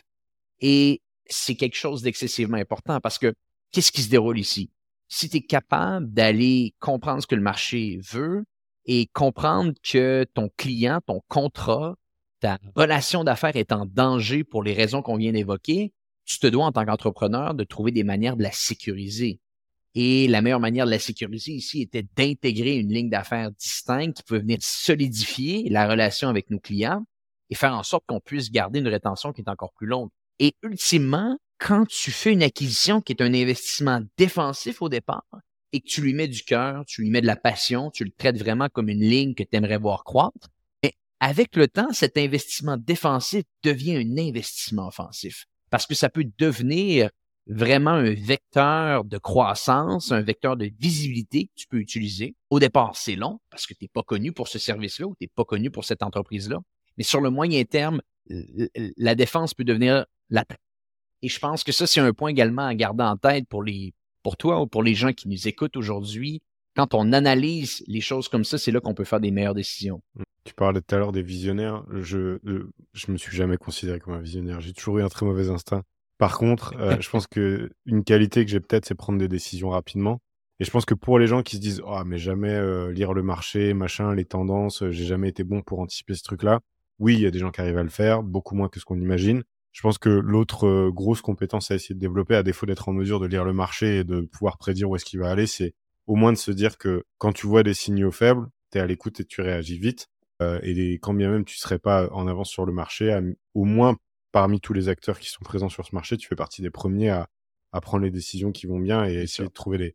Et c'est quelque chose d'excessivement important parce que qu'est-ce qui se déroule ici? Si tu es capable d'aller comprendre ce que le marché veut et comprendre que ton client, ton contrat, ta relation d'affaires est en danger pour les raisons qu'on vient d'évoquer, tu te dois en tant qu'entrepreneur de trouver des manières de la sécuriser. Et la meilleure manière de la sécuriser ici était d'intégrer une ligne d'affaires distincte qui peut venir solidifier la relation avec nos clients et faire en sorte qu'on puisse garder une rétention qui est encore plus longue. Et ultimement, quand tu fais une acquisition qui est un investissement défensif au départ et que tu lui mets du cœur, tu lui mets de la passion, tu le traites vraiment comme une ligne que tu aimerais voir croître, mais avec le temps, cet investissement défensif devient un investissement offensif parce que ça peut devenir vraiment un vecteur de croissance, un vecteur de visibilité que tu peux utiliser. Au départ, c'est long parce que tu n'es pas connu pour ce service-là ou tu n'es pas connu pour cette entreprise-là. Mais sur le moyen terme, la défense peut devenir l'attaque. Et je pense que ça, c'est un point également à garder en tête pour toi ou pour les gens qui nous écoutent aujourd'hui. Quand on analyse les choses comme ça, c'est là qu'on peut faire des meilleures décisions. Tu parlais tout à l'heure des visionnaires. Je me suis jamais considéré comme un visionnaire. J'ai toujours eu un très mauvais instinct. Par contre, je pense que une qualité que j'ai peut-être, c'est prendre des décisions rapidement. Et je pense que pour les gens qui se disent, ah, mais jamais lire le marché, machin, les tendances, j'ai jamais été bon pour anticiper ce truc-là. Oui, il y a des gens qui arrivent à le faire, beaucoup moins que ce qu'on imagine. Je pense que l'autre grosse compétence à essayer de développer, à défaut d'être en mesure de lire le marché et de pouvoir prédire où est-ce qu'il va aller, c'est au moins de se dire que quand tu vois des signaux faibles, tu es à l'écoute et tu réagis vite. Et quand bien même tu serais pas en avance sur le marché, au moins parmi tous les acteurs qui sont présents sur ce marché, tu fais partie des premiers à prendre les décisions qui vont bien et essayer de trouver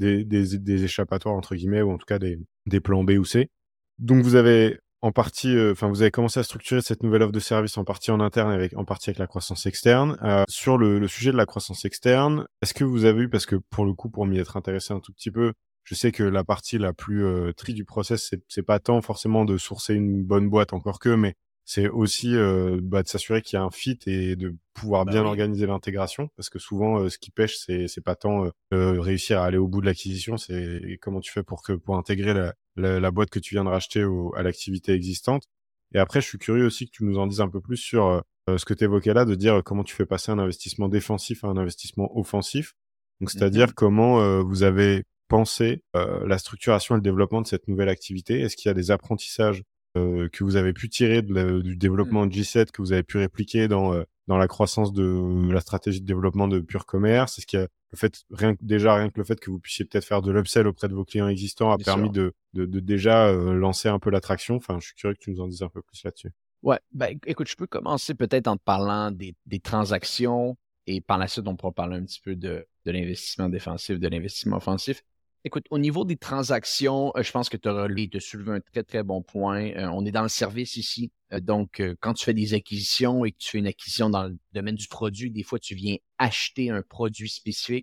des échappatoires entre guillemets ou en tout cas des plans B ou C. Donc vous avez en partie, vous avez commencé à structurer cette nouvelle offre de service en partie en interne et en partie avec la croissance externe. Sur le sujet de la croissance externe, est-ce que vous avez eu, parce que pour le coup, pour m'y être intéressé un tout petit peu, je sais que la partie la plus tri du process, c'est pas tant forcément de sourcer une bonne boîte, encore que, mais c'est aussi de s'assurer qu'il y a un fit et de pouvoir bien organiser l'intégration, parce que souvent ce qui pêche, c'est pas tant réussir à aller au bout de l'acquisition, c'est comment tu fais pour intégrer la boîte que tu viens de racheter à l'activité existante. Et après, je suis curieux aussi que tu nous en dises un peu plus sur ce que tu évoquais là, de dire comment tu fais passer un investissement défensif à un investissement offensif. Donc, c'est-à-dire comment vous avez pensé la structuration et le développement de cette nouvelle activité. Est-ce qu'il y a des apprentissages que vous avez pu tirer du développement de G7, que vous avez pu répliquer dans la croissance de la stratégie de développement de Pure Commerce? Est-ce qu'il y a rien que le fait que vous puissiez peut-être faire de l'upsell auprès de vos clients existants a permis de déjà lancer un peu l'attraction? Enfin, je suis curieux que tu nous en dises un peu plus là-dessus. Ouais, écoute, je peux commencer peut-être en te parlant des transactions et par la suite, on pourra parler un petit peu de l'investissement défensif, de l'investissement offensif. Écoute, au niveau des transactions, je pense que tu as soulevé un très, très bon point. On est dans le service ici. Donc, quand tu fais des acquisitions et que tu fais une acquisition dans le domaine du produit, des fois, tu viens acheter un produit spécifique.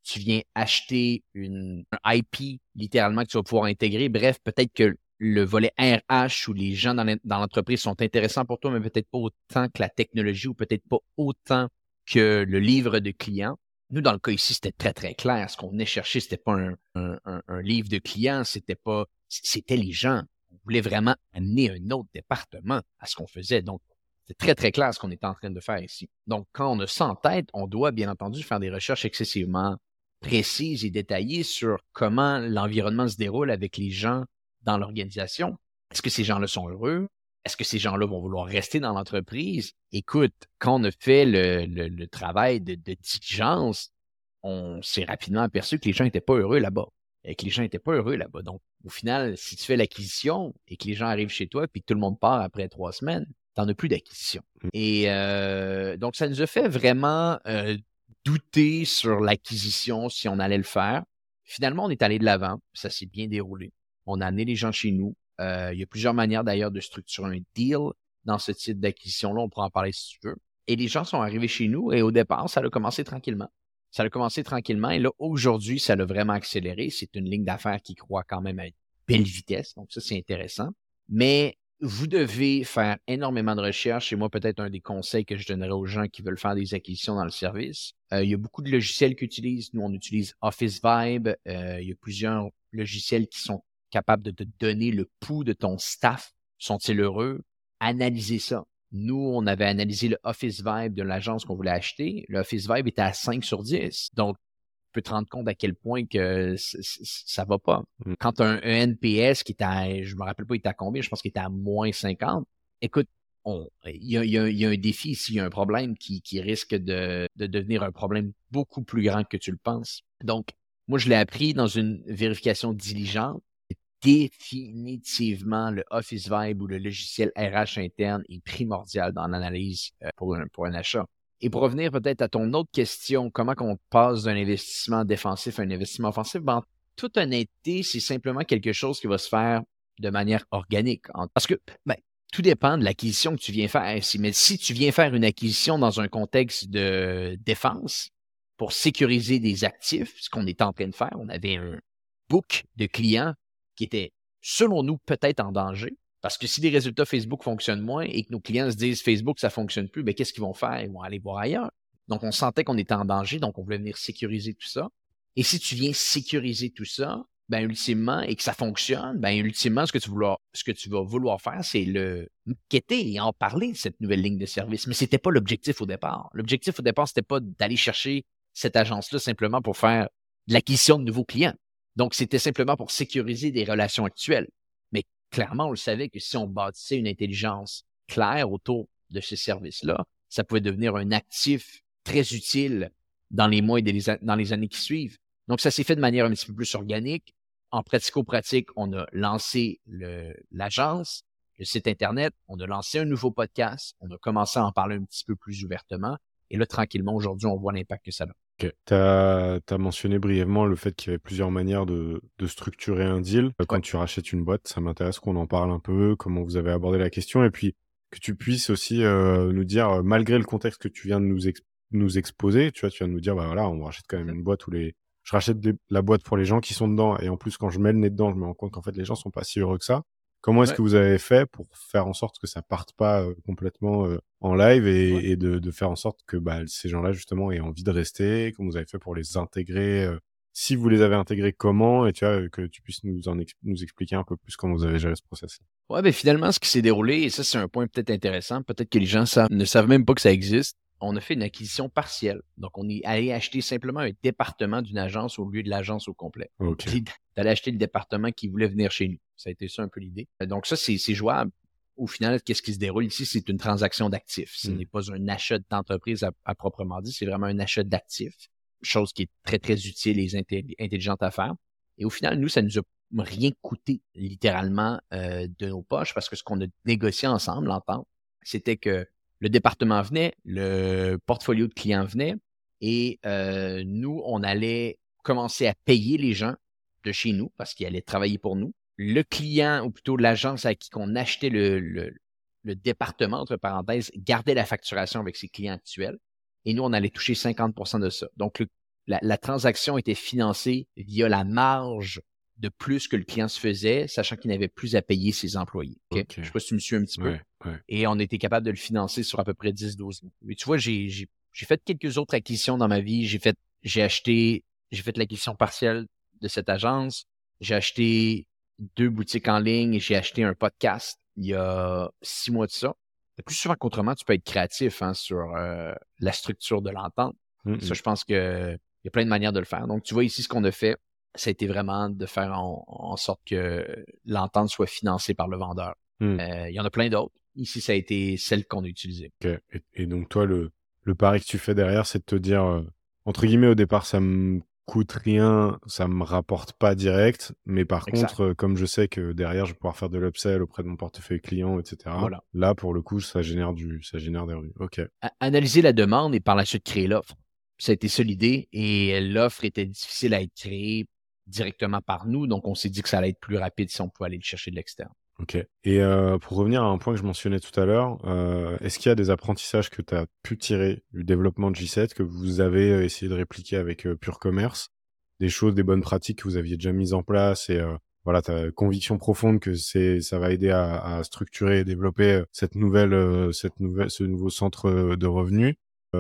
tu viens acheter un IP littéralement que tu vas pouvoir intégrer. Bref, peut-être que le volet RH ou les gens dans l'entreprise sont intéressants pour toi, mais peut-être pas autant que la technologie ou peut-être pas autant que le livre de clients. Nous, dans le cas ici, c'était très, très clair. Ce qu'on venait chercher, c'était pas un livre de clients, c'était les gens. On voulait vraiment amener un autre département à ce qu'on faisait. Donc, c'est très, très clair ce qu'on est en train de faire ici. Donc, quand on a ça en tête, on doit, bien entendu, faire des recherches excessivement précises et détaillées sur comment l'environnement se déroule avec les gens dans l'organisation. Est-ce que ces gens-là sont heureux? Est-ce que ces gens-là vont vouloir rester dans l'entreprise? Écoute, quand on a fait le travail de diligence, on s'est rapidement aperçu que les gens n'étaient pas heureux là-bas. Et que les gens n'étaient pas heureux là-bas. Donc, au final, si tu fais l'acquisition et que les gens arrivent chez toi puis que tout le monde part après 3 semaines, tu n'en as plus d'acquisition. Et donc, ça nous a fait vraiment douter sur l'acquisition, si on allait le faire. Finalement, on est allé de l'avant. Ça s'est bien déroulé. On a amené les gens chez nous. Il y a plusieurs manières d'ailleurs de structurer un deal dans ce type d'acquisition-là. On pourra en parler si tu veux. Et les gens sont arrivés chez nous et au départ, ça a commencé tranquillement. Ça a commencé tranquillement et là, aujourd'hui, ça l'a vraiment accéléré. C'est une ligne d'affaires qui croît quand même à une belle vitesse. Donc ça, c'est intéressant. Mais vous devez faire énormément de recherches et moi, peut-être un des conseils que je donnerais aux gens qui veulent faire des acquisitions dans le service. Il y a beaucoup de logiciels qu'ils utilisent. Nous, on utilise Office Vibe. Il y a plusieurs logiciels qui sont capables de te donner le pouls de ton staff. Sont-ils heureux? Analysez ça. Nous, on avait analysé le Office Vibe de l'agence qu'on voulait acheter. Le Office Vibe était à 5 sur 10. Donc, tu peux te rendre compte à quel point que ça va pas. Quand tu as un NPS qui est à, je me rappelle pas, il était à combien? Je pense qu'il était à moins 50. Écoute, il y a un défi ici, il y a un problème qui risque de devenir un problème beaucoup plus grand que tu le penses. Donc, moi, je l'ai appris dans une vérification diligente. Définitivement, le Office Vibe ou le logiciel RH interne est primordial dans l'analyse pour un achat. Et pour revenir peut-être à ton autre question, comment qu'on passe d'un investissement défensif à un investissement offensif? Ben, en toute honnêteté, c'est simplement quelque chose qui va se faire de manière organique. Parce que tout dépend de l'acquisition que tu viens faire. Mais si tu viens faire une acquisition dans un contexte de défense pour sécuriser des actifs, ce qu'on est en train de faire, on avait un book de clients qui était, selon nous, peut-être en danger. Parce que si les résultats Facebook fonctionnent moins et que nos clients se disent Facebook, ça ne fonctionne plus, ben qu'est-ce qu'ils vont faire? Ils vont aller voir ailleurs. Donc, on sentait qu'on était en danger, donc on voulait venir sécuriser tout ça. Et si tu viens sécuriser tout ça, ben ultimement, et que ça fonctionne, ben ultimement, ce que tu vas vouloir faire, c'est le marketer et en parler de cette nouvelle ligne de service. Mais ce n'était pas l'objectif au départ. L'objectif au départ, c'était pas d'aller chercher cette agence-là simplement pour faire de l'acquisition de nouveaux clients. Donc, c'était simplement pour sécuriser des relations actuelles. Mais clairement, on le savait que si on bâtissait une intelligence claire autour de ce service-là, ça pouvait devenir un actif très utile dans les mois et dans les années qui suivent. Donc, ça s'est fait de manière un petit peu plus organique. En pratico-pratique, on a lancé l'agence, le site Internet, on a lancé un nouveau podcast, on a commencé à en parler un petit peu plus ouvertement. Et là, tranquillement, aujourd'hui, on voit l'impact que ça a. Ok. Tu as mentionné brièvement le fait qu'il y avait plusieurs manières de structurer un deal. Quand tu rachètes une boîte, ça m'intéresse qu'on en parle un peu, comment vous avez abordé la question, et puis que tu puisses aussi nous dire, malgré le contexte que tu viens de nous exposer, tu vois, tu viens de nous dire, bah voilà, on rachète quand même une boîte où je rachète la boîte pour les gens qui sont dedans, et en plus, quand je mets le nez dedans, je me rends compte qu'en fait, les gens sont pas si heureux que ça. Comment est-ce que vous avez fait pour faire en sorte que ça parte pas complètement en live et de faire en sorte que ces gens-là, justement, aient envie de rester? Comment vous avez fait pour les intégrer? Si vous les avez intégrés, comment? Et tu vois, que tu puisses nous expliquer un peu plus comment vous avez géré ce process. Ouais, ben finalement, ce qui s'est déroulé, et ça, c'est un point peut-être intéressant, peut-être que les gens ne savent même pas que ça existe. On a fait une acquisition partielle. Donc, on est allé acheter simplement un département d'une agence au lieu de l'agence au complet. Okay. D'aller acheter le département qui voulait venir chez nous. Ça a été ça un peu l'idée. Donc, ça, c'est jouable. Au final, qu'est-ce qui se déroule ici? C'est une transaction d'actifs. Ce n'est pas un achat d'entreprise à proprement dit. C'est vraiment un achat d'actifs. Chose qui est très, très utile et intelligente à faire. Et au final, nous, ça nous a rien coûté littéralement de nos poches parce que ce qu'on a négocié ensemble, l'entente, c'était que le département venait, le portfolio de clients venait et nous, on allait commencer à payer les gens de chez nous parce qu'ils allaient travailler pour nous. Le client, ou plutôt l'agence à qui on achetait le département, entre parenthèses, gardait la facturation avec ses clients actuels et nous, on allait toucher 50% de ça. Donc, la transaction était financée via la marge de plus que le client se faisait, sachant qu'il n'avait plus à payer ses employés. Okay? Ok. Je sais pas si tu me suis un petit peu. Ouais, ouais. Et on était capable de le financer sur à peu près 10-12 mois. Mais tu vois, j'ai fait quelques autres acquisitions dans ma vie. J'ai fait l'acquisition partielle de cette agence. J'ai acheté 2 boutiques en ligne. J'ai acheté un podcast il y a 6 mois de ça. Plus souvent qu'autrement, tu peux être créatif sur la structure de l'entente. Ça, je pense que il y a plein de manières de le faire. Donc, tu vois ici ce qu'on a fait, ça a été vraiment de faire en sorte que l'entente soit financée par le vendeur. Il y en a plein d'autres. Ici, ça a été celle qu'on a utilisée. Ok. Et donc, toi, le pari que tu fais derrière, c'est de te dire, entre guillemets, au départ, ça me coûte rien, ça me rapporte pas direct, mais par Exact. contre, comme je sais que derrière, je vais pouvoir faire de l'upsell auprès de mon portefeuille client, etc. Voilà. Là, pour le coup, ça génère des revenus. Ok. Analyser la demande et par la suite créer l'offre. Ça a été ça l'idée et l'offre était difficile à être créée directement par nous, donc on s'est dit que ça allait être plus rapide si on pouvait aller le chercher de l'externe. Ok. Et pour revenir à un point que je mentionnais tout à l'heure, est-ce qu'il y a des apprentissages que tu as pu tirer du développement de J7 que vous avez essayé de répliquer avec Pure Commerce? Des choses, des bonnes pratiques que vous aviez déjà mises en place et voilà, ta conviction profonde que ça va aider à structurer et développer ce nouveau centre de revenus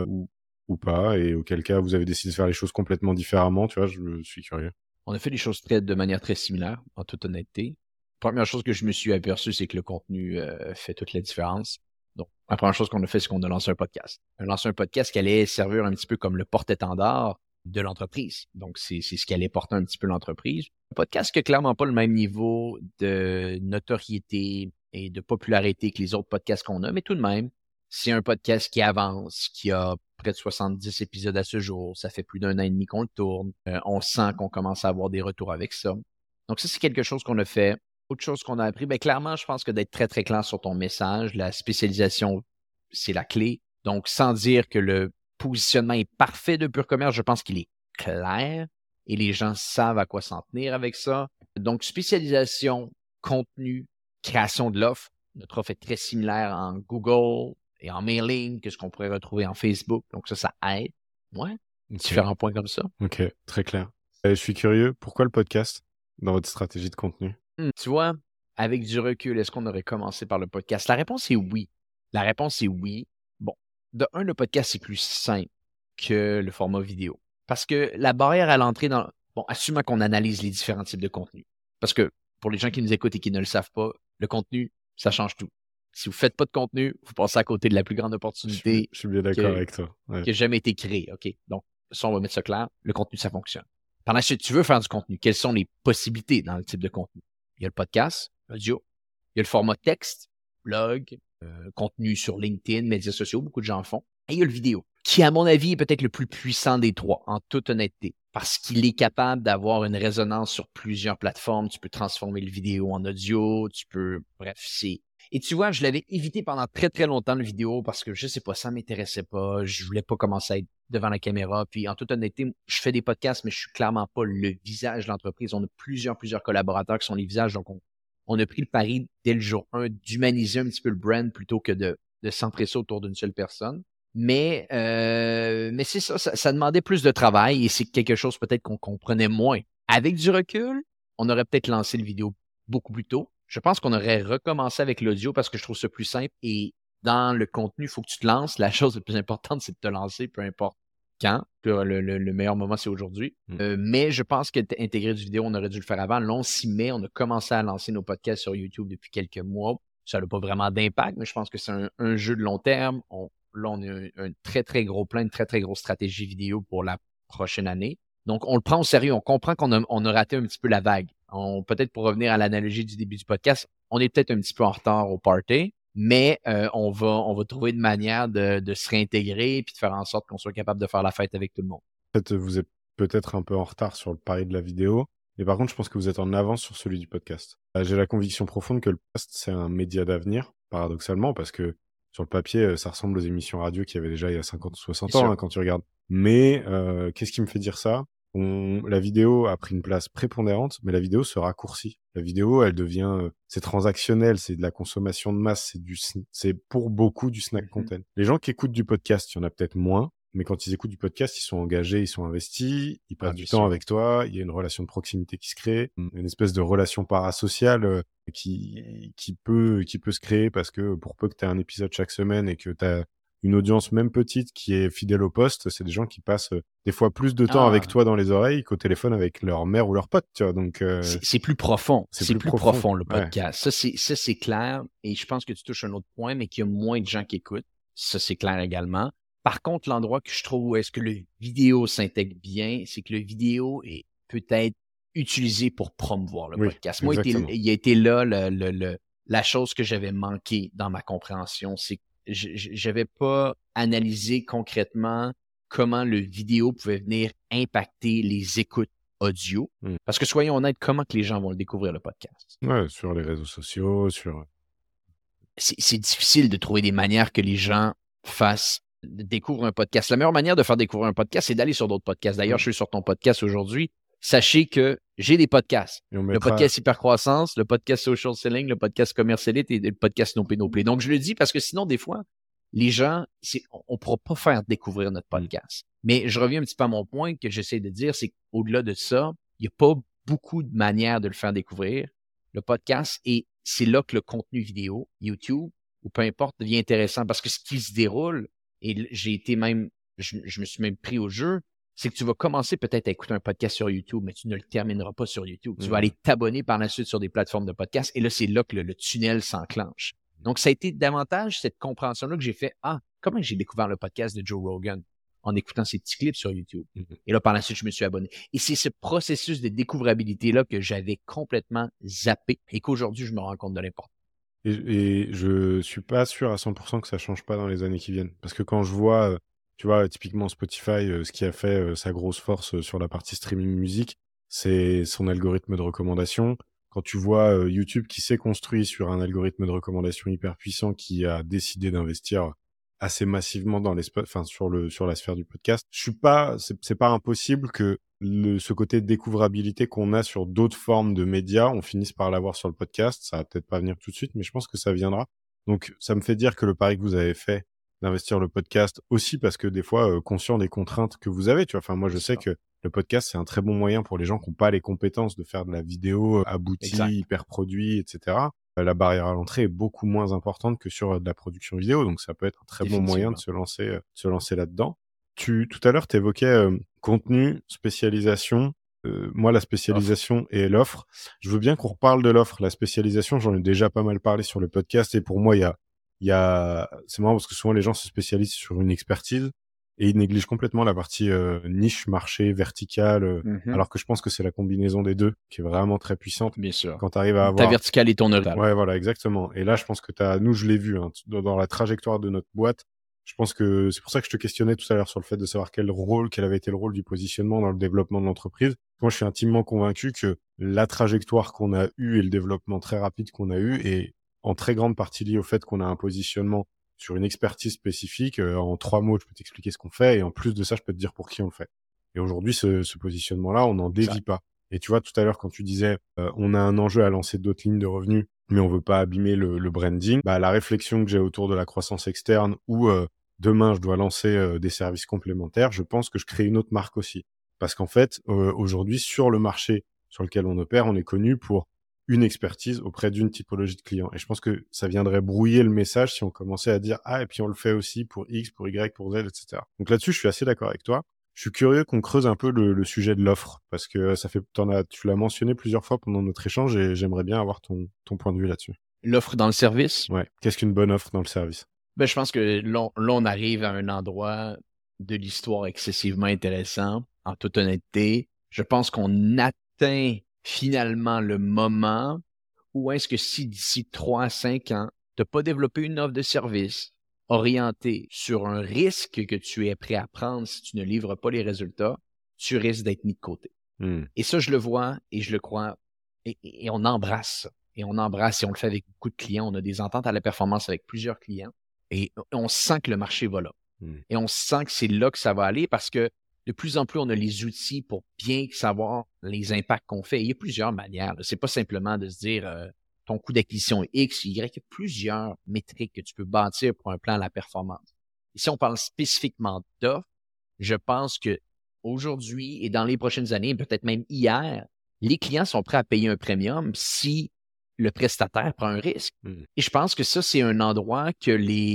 ou pas, et auquel cas vous avez décidé de faire les choses complètement différemment, tu vois, je suis curieux. On a fait les choses de manière très similaire, en toute honnêteté. Première chose que je me suis aperçu, c'est que le contenu fait toute la différence. Donc, la première chose qu'on a fait, c'est qu'on a lancé un podcast. On a lancé un podcast qui allait servir un petit peu comme le porte-étendard de l'entreprise. Donc, c'est ce qui allait porter un petit peu l'entreprise. Un podcast qui n'a clairement pas le même niveau de notoriété et de popularité que les autres podcasts qu'on a, mais tout de même, c'est un podcast qui avance, qui a près de 70 épisodes à ce jour. Ça fait plus d'1 an et demi qu'on le tourne. On sent qu'on commence à avoir des retours avec ça. Donc ça, c'est quelque chose qu'on a fait. Autre chose qu'on a appris, bien clairement, je pense que d'être très, très clair sur ton message, la spécialisation, c'est la clé. Donc, sans dire que le positionnement est parfait de Pure Commerce, je pense qu'il est clair et les gens savent à quoi s'en tenir avec ça. Donc, spécialisation, contenu, création de l'offre. Notre offre est très similaire en Google et en mailing que ce qu'on pourrait retrouver en Facebook. Donc, ça aide. Ouais. Ok. Différents points comme ça. Ok, très clair. Je suis curieux, pourquoi le podcast dans votre stratégie de contenu? Tu vois, avec du recul, est-ce qu'on aurait commencé par le podcast? La réponse est oui. La réponse est oui. Bon, de un, le podcast, c'est plus simple que le format vidéo. Parce que la barrière à l'entrée dans... Bon, assumons qu'on analyse les différents types de contenu. Parce que pour les gens qui nous écoutent et qui ne le savent pas, le contenu, ça change tout. Si vous ne faites pas de contenu, vous passez à côté de la plus grande opportunité Je suis bien d'accord avec toi. Ouais. qui a jamais été créée. OK? Donc, ça, on va mettre ça clair. Le contenu, ça fonctionne. Par la suite, tu veux faire du contenu. Quelles sont les possibilités dans le type de contenu? Il y a le podcast, l'audio, il y a le format texte, blog, contenu sur LinkedIn, médias sociaux, beaucoup de gens en font. Et il y a le vidéo, qui, à mon avis, est peut-être le plus puissant des trois, en toute honnêteté, parce qu'il est capable d'avoir une résonance sur plusieurs plateformes. Tu peux transformer le vidéo en audio, bref, c'est... Et tu vois, je l'avais évité pendant très, très longtemps, le vidéo, parce que je sais pas, ça m'intéressait pas. Je voulais pas commencer à être devant la caméra. Puis, en toute honnêteté, je fais des podcasts, mais je suis clairement pas le visage de l'entreprise. On a plusieurs collaborateurs qui sont les visages. Donc, on a pris le pari dès le jour 1 d'humaniser un petit peu le brand plutôt que de centrer ça autour d'une seule personne. Mais c'est ça demandait plus de travail et c'est quelque chose peut-être qu'on comprenait moins. Avec du recul, on aurait peut-être lancé le vidéo beaucoup plus tôt. Je pense qu'on aurait recommencé avec l'audio parce que je trouve ça plus simple et dans le contenu, il faut que tu te lances. La chose la plus importante, c'est de te lancer, peu importe quand. Le meilleur moment, c'est aujourd'hui. Mais je pense qu'intégrer du vidéo, on aurait dû le faire avant. Là, on s'y met. On a commencé à lancer nos podcasts sur YouTube depuis quelques mois. Ça n'a pas vraiment d'impact, mais je pense que c'est un jeu de long terme. Là, on a un très, très gros plan, une très, très grosse stratégie vidéo pour la prochaine année. Donc, on le prend au sérieux. On comprend qu'on a raté un petit peu la vague. Peut-être pour revenir à l'analogie du début du podcast, on est peut-être un petit peu en retard au party, mais on va trouver une manière de se réintégrer et puis de faire en sorte qu'on soit capable de faire la fête avec tout le monde. En fait, vous êtes peut-être un peu en retard sur le pari de la vidéo, mais par contre, je pense que vous êtes en avance sur celui du podcast. J'ai la conviction profonde que le podcast, c'est un média d'avenir, paradoxalement, parce que sur le papier, ça ressemble aux émissions radio qu'il y avait déjà il y a 50 ou 60 ans, quand tu regardes. Mais qu'est-ce qui me fait dire ça? La vidéo a pris une place prépondérante, mais la vidéo se raccourcit. La vidéo, elle devient, c'est transactionnel, c'est de la consommation de masse, c'est pour beaucoup du snack content. Les gens qui écoutent du podcast, il y en a peut-être moins, Mais quand ils écoutent du podcast, ils sont engagés, ils sont investis, ils passent du bien temps sûr. avec toi, il y a une relation de proximité qui se crée, une espèce de relation parasociale qui peut se créer parce que pour peu que tu aies un épisode chaque semaine et que tu as une audience même petite qui est fidèle au poste, c'est des gens qui passent des fois plus de temps avec Ah, toi dans les oreilles qu'au téléphone avec leur mère ou leur pote, tu vois. Donc, c'est plus profond. c'est C'est plus plus profond. profond, le Ouais. podcast. Ça, c'est clair. Et je pense que tu touches un autre point, mais qu'il y a moins de gens qui écoutent. Ça, c'est clair également. Par contre, l'endroit que je trouve où est-ce que le vidéo s'intègre bien, c'est que le vidéo est peut-être utilisé pour promouvoir le Oui, podcast. Moi, exactement. il a été là la chose que j'avais manqué dans ma compréhension. C'est que j'avais pas analysé concrètement comment le vidéo pouvait venir impacter les écoutes audio. Mmh. Parce que soyons honnêtes, comment que les gens vont le découvrir, le podcast? Ouais, sur les réseaux sociaux, sur C'est difficile de trouver des manières que les gens découvrent un podcast. La meilleure manière de faire découvrir un podcast, c'est d'aller sur d'autres podcasts. D'ailleurs, je suis sur ton podcast aujourd'hui. Sachez que j'ai des podcasts. et on Le mettra podcast Hypercroissance, le podcast Social Selling, le podcast Commercialite et le podcast No Pay No Play. Donc, je le dis parce que sinon, des fois, les gens, on ne pourra pas faire découvrir notre podcast. Mais je reviens un petit peu à mon point que j'essaie de dire, c'est qu'au-delà de ça, il n'y a pas beaucoup de manières de le faire découvrir, le podcast, et c'est là que le contenu vidéo, YouTube, ou peu importe, devient intéressant parce que ce qui se déroule, et j'ai été même, je me suis même pris au jeu, c'est que tu vas commencer peut-être à écouter un podcast sur YouTube, mais tu ne le termineras pas sur YouTube. Tu vas aller t'abonner par la suite sur des plateformes de podcast, et là, c'est là que le tunnel s'enclenche. Donc, ça a été davantage cette compréhension-là que j'ai fait, comment j'ai découvert le podcast de Joe Rogan? En écoutant ses petits clips sur YouTube. Et là, par la suite, je me suis abonné. Et c'est ce processus de découvrabilité-là que j'avais complètement zappé et qu'aujourd'hui, je me rends compte de l'importance. et je suis pas sûr à 100 que ça change pas dans les années qui viennent. Parce que quand je vois, tu vois, typiquement Spotify, ce qui a fait, sa grosse force, sur la partie streaming musique, c'est son algorithme de recommandation. Quand tu vois, YouTube qui s'est construit sur un algorithme de recommandation hyper puissant, qui a décidé d'investir assez massivement dans enfin sur la sphère du podcast, je suis pas c'est pas impossible que ce côté découvrabilité qu'on a sur d'autres formes de médias, on finisse par l'avoir sur le podcast. Ça va peut-être pas venir tout de suite, mais je pense que ça viendra. Donc, ça me fait dire que le pari que vous avez fait d'investir le podcast aussi, parce que des fois, conscient des contraintes que vous avez, tu vois. Enfin, moi, je C'est sais ça. que le podcast, c'est un très bon moyen pour les gens qui n'ont pas les compétences de faire de la vidéo aboutie, Exact. hyper produit, etc. La barrière à l'entrée est beaucoup moins importante que sur de la production vidéo. Donc, ça peut être un très bon moyen de Définitivement. se lancer là-dedans. Tout à l'heure, tu évoquais contenu, spécialisation. Moi, la Offre. spécialisation et l'offre, je veux bien qu'on reparle de l'offre. La spécialisation, j'en ai déjà pas mal parlé sur le podcast. Et pour moi, c'est marrant parce que souvent les gens se spécialisent sur une expertise et ils négligent complètement la partie niche, marché, verticale. Mhm. Alors que je pense que c'est la combinaison des deux qui est vraiment très puissante. Bien sûr. Quand tu arrives à Ta avoir verticale et ton horizontal. Ouais, voilà, exactement. Et là, je pense que nous, je l'ai vu, hein, dans la trajectoire de notre boîte. Je pense que c'est pour ça que je te questionnais tout à l'heure sur le fait de savoir quel avait été le rôle du positionnement dans le développement de l'entreprise. Moi, je suis intimement convaincu que la trajectoire qu'on a eue et le développement très rapide qu'on a eu est en très grande partie lié au fait qu'on a un positionnement sur une expertise spécifique. En 3 mots, je peux t'expliquer ce qu'on fait et en plus de ça, je peux te dire pour qui on le fait. Et aujourd'hui, ce positionnement-là, on n'en dévie Exact. pas. Et tu vois, tout à l'heure, quand tu disais, on a un enjeu à lancer d'autres lignes de revenus, mais on veut pas abîmer le branding, bah, la réflexion que j'ai autour de la croissance externe ou demain, je dois lancer des services complémentaires, je pense que je crée une autre marque aussi. Parce qu'en fait, aujourd'hui, sur le marché sur lequel on opère, on est connu pour une expertise auprès d'une typologie de clients. Et je pense que ça viendrait brouiller le message si on commençait à dire, ah, et puis on le fait aussi pour X, pour Y, pour Z, etc. Donc là-dessus, je suis assez d'accord avec toi. Je suis curieux qu'on creuse un peu le sujet de l'offre parce que tu l'as mentionné plusieurs fois pendant notre échange et j'aimerais bien avoir ton point de vue là-dessus. L'offre dans le service. Ouais. Qu'est-ce qu'une bonne offre dans le service? Ben, je pense que là, on arrive à un endroit de l'histoire excessivement intéressant. En toute honnêteté, je pense qu'on atteint finalement le moment où est-ce que si d'ici 3 à 5 ans, tu n'as pas développé une offre de service orientée sur un risque que tu es prêt à prendre si tu ne livres pas les résultats, tu risques d'être mis de côté. Et ça, je le vois et je le crois. Et on embrasse ça. Et on embrasse et on le fait avec beaucoup de clients. On a des ententes à la performance avec plusieurs clients. Et on sent que le marché va là. Et on sent que c'est là que ça va aller parce que de plus en plus, on a les outils pour bien savoir les impacts qu'on fait. Et il y a plusieurs manières. C'est pas simplement de se dire ton coût d'acquisition est X, Y. Il y a plusieurs métriques que tu peux bâtir pour un plan à la performance. Et si on parle spécifiquement d'offres, Je pense que aujourd'hui et dans les prochaines années, peut-être même hier, les clients sont prêts à payer un premium si le prestataire prend un risque. Et je pense que ça, c'est un endroit que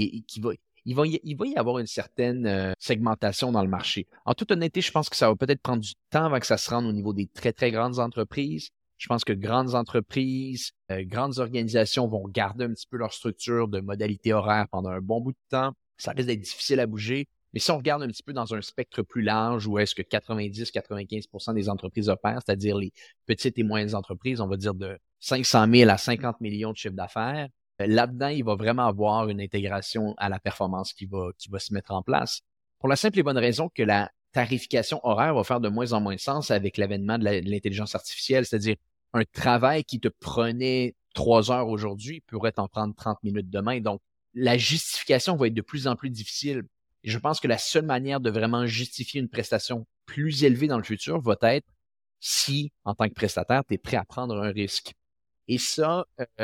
il va y avoir une certaine segmentation dans le marché. En toute honnêteté, je pense que ça va peut-être prendre du temps avant que ça se rende au niveau des très, très grandes entreprises. Je pense que grandes entreprises, grandes organisations vont garder un petit peu leur structure de modalité horaire pendant un bon bout de temps. Ça risque d'être difficile à bouger. Mais si on regarde un petit peu dans un spectre plus large, où est-ce que 90-95% des entreprises opèrent, c'est-à-dire les petites et moyennes entreprises, on va dire de 500 000 à 50 millions de chiffre d'affaires, là-dedans, il va vraiment avoir une intégration à la performance qui va se mettre en place. Pour la simple et bonne raison que la tarification horaire va faire de moins en moins de sens avec l'avènement de l'intelligence artificielle, c'est-à-dire un travail qui te prenait 3 heures aujourd'hui pourrait t'en prendre 30 minutes demain. Donc, la justification va être de plus en plus difficile. Et je pense que la seule manière de vraiment justifier une prestation plus élevée dans le futur va être si, en tant que prestataire, tu es prêt à prendre un risque. Et ça,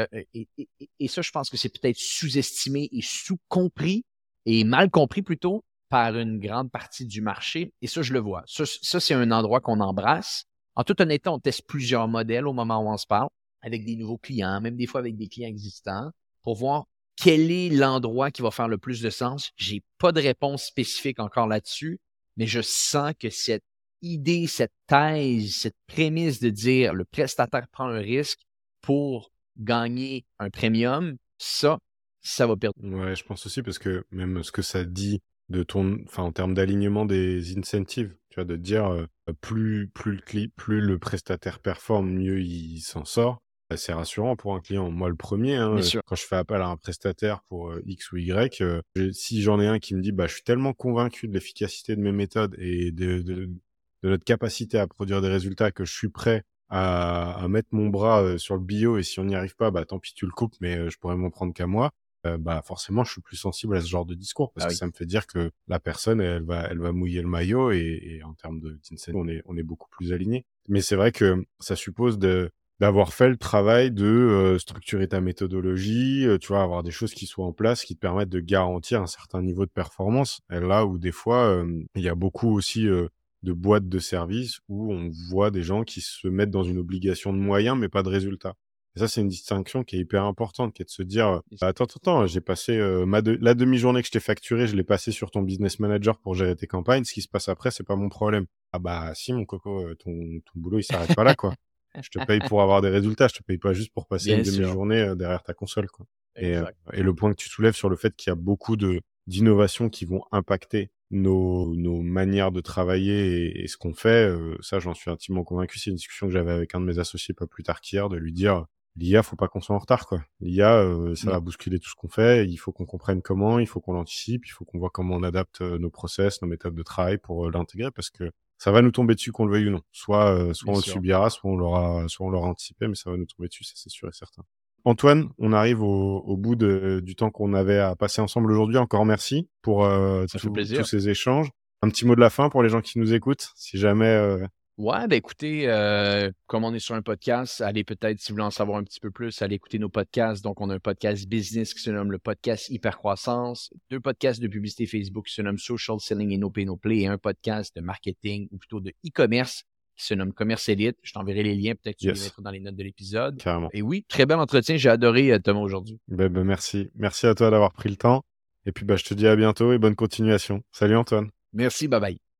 je pense que c'est peut-être sous-estimé et sous-compris et mal compris plutôt par une grande partie du marché. Et ça, je le vois. Ça c'est un endroit qu'on embrasse. En toute honnêteté, on teste plusieurs modèles au moment où on se parle, avec des nouveaux clients, même des fois avec des clients existants, pour voir quel est l'endroit qui va faire le plus de sens. J'ai pas de réponse spécifique encore là-dessus, mais je sens que cette idée, cette thèse, cette prémisse de dire le prestataire prend un risque pour gagner un premium, ça va perdre. Ouais, je pense aussi parce que même ce que ça dit de enfin, en termes d'alignement des incentives, tu vois, de dire plus le prestataire performe, mieux il s'en sort. C'est rassurant pour un client. Moi, le premier, hein, Bien sûr. quand je fais appel à un prestataire pour X ou Y, si j'en ai un qui me dit, bah, je suis tellement convaincu de l'efficacité de mes méthodes et de notre capacité à produire des résultats que je suis prêt à mettre mon bras sur le bio, et si on n'y arrive pas, bah tant pis, tu le coupes, mais je pourrais m'en prendre qu'à moi. Bah forcément, je suis plus sensible à ce genre de discours parce Ah que oui. ça me fait dire que la personne, elle va mouiller le maillot, et en termes d'incentive, on est beaucoup plus alignés. Mais c'est vrai que ça suppose d'avoir fait le travail de structurer ta méthodologie, tu vois, avoir des choses qui soient en place qui te permettent de garantir un certain niveau de performance. Et là où des fois, il y a beaucoup aussi de boîtes de services où on voit des gens qui se mettent dans une obligation de moyens, mais pas de résultats. Et ça, c'est une distinction qui est hyper importante, qui est de se dire, bah, attends, j'ai passé la demi-journée que je t'ai facturée, je l'ai passée sur ton business manager pour gérer tes campagnes. Ce qui se passe après, c'est pas mon problème. Ah bah si, mon coco, ton boulot, il s'arrête pas là, quoi. Je te paye pour avoir des résultats, je te paye pas juste pour passer une Bien sûr. demi-journée derrière ta console, quoi. Exact. Et le point que tu soulèves sur le fait qu'il y a beaucoup d'innovations qui vont impacter nos manières de travailler et ce qu'on fait, ça, j'en suis intimement convaincu. C'est une discussion que j'avais avec un de mes associés pas plus tard qu'hier, de lui dire: «L'IA, faut pas qu'on soit en retard, quoi. L'IA, ça Non. va bousculer tout ce qu'on fait. Il faut qu'on comprenne comment, il faut qu'on l'anticipe, il faut qu'on voit comment on adapte nos process, nos méthodes de travail pour l'intégrer, parce que ça va nous tomber dessus, qu'on le veuille ou non. Soit Bien on le sûr. subira, soit on l'aura anticipé, mais ça va nous tomber dessus, ça c'est sûr et certain. Antoine, on arrive au bout du temps qu'on avait à passer ensemble aujourd'hui. Encore merci pour Ça fait tous plaisir. ces échanges. Un petit mot de la fin pour les gens qui nous écoutent, si jamais. Ouais, ben écoutez, comme on est sur un podcast, allez peut-être, si vous voulez en savoir un petit peu plus, allez écouter nos podcasts. Donc, on a un podcast business qui se nomme le podcast Hypercroissance, 2 podcasts de publicité Facebook qui se nomment Social Selling et No Pay No Play, et un podcast de marketing, ou plutôt de e-commerce, qui se nomme Commerce Elite. Je t'enverrai les liens, peut-être que tu les Yes, mettras dans les notes de l'épisode. carrément. Et oui, très bel entretien. J'ai adoré, Thomas, aujourd'hui. Ben, merci. Merci à toi d'avoir pris le temps. Et puis, bah, je te dis à bientôt et bonne continuation. Salut Antoine. Merci, bye bye.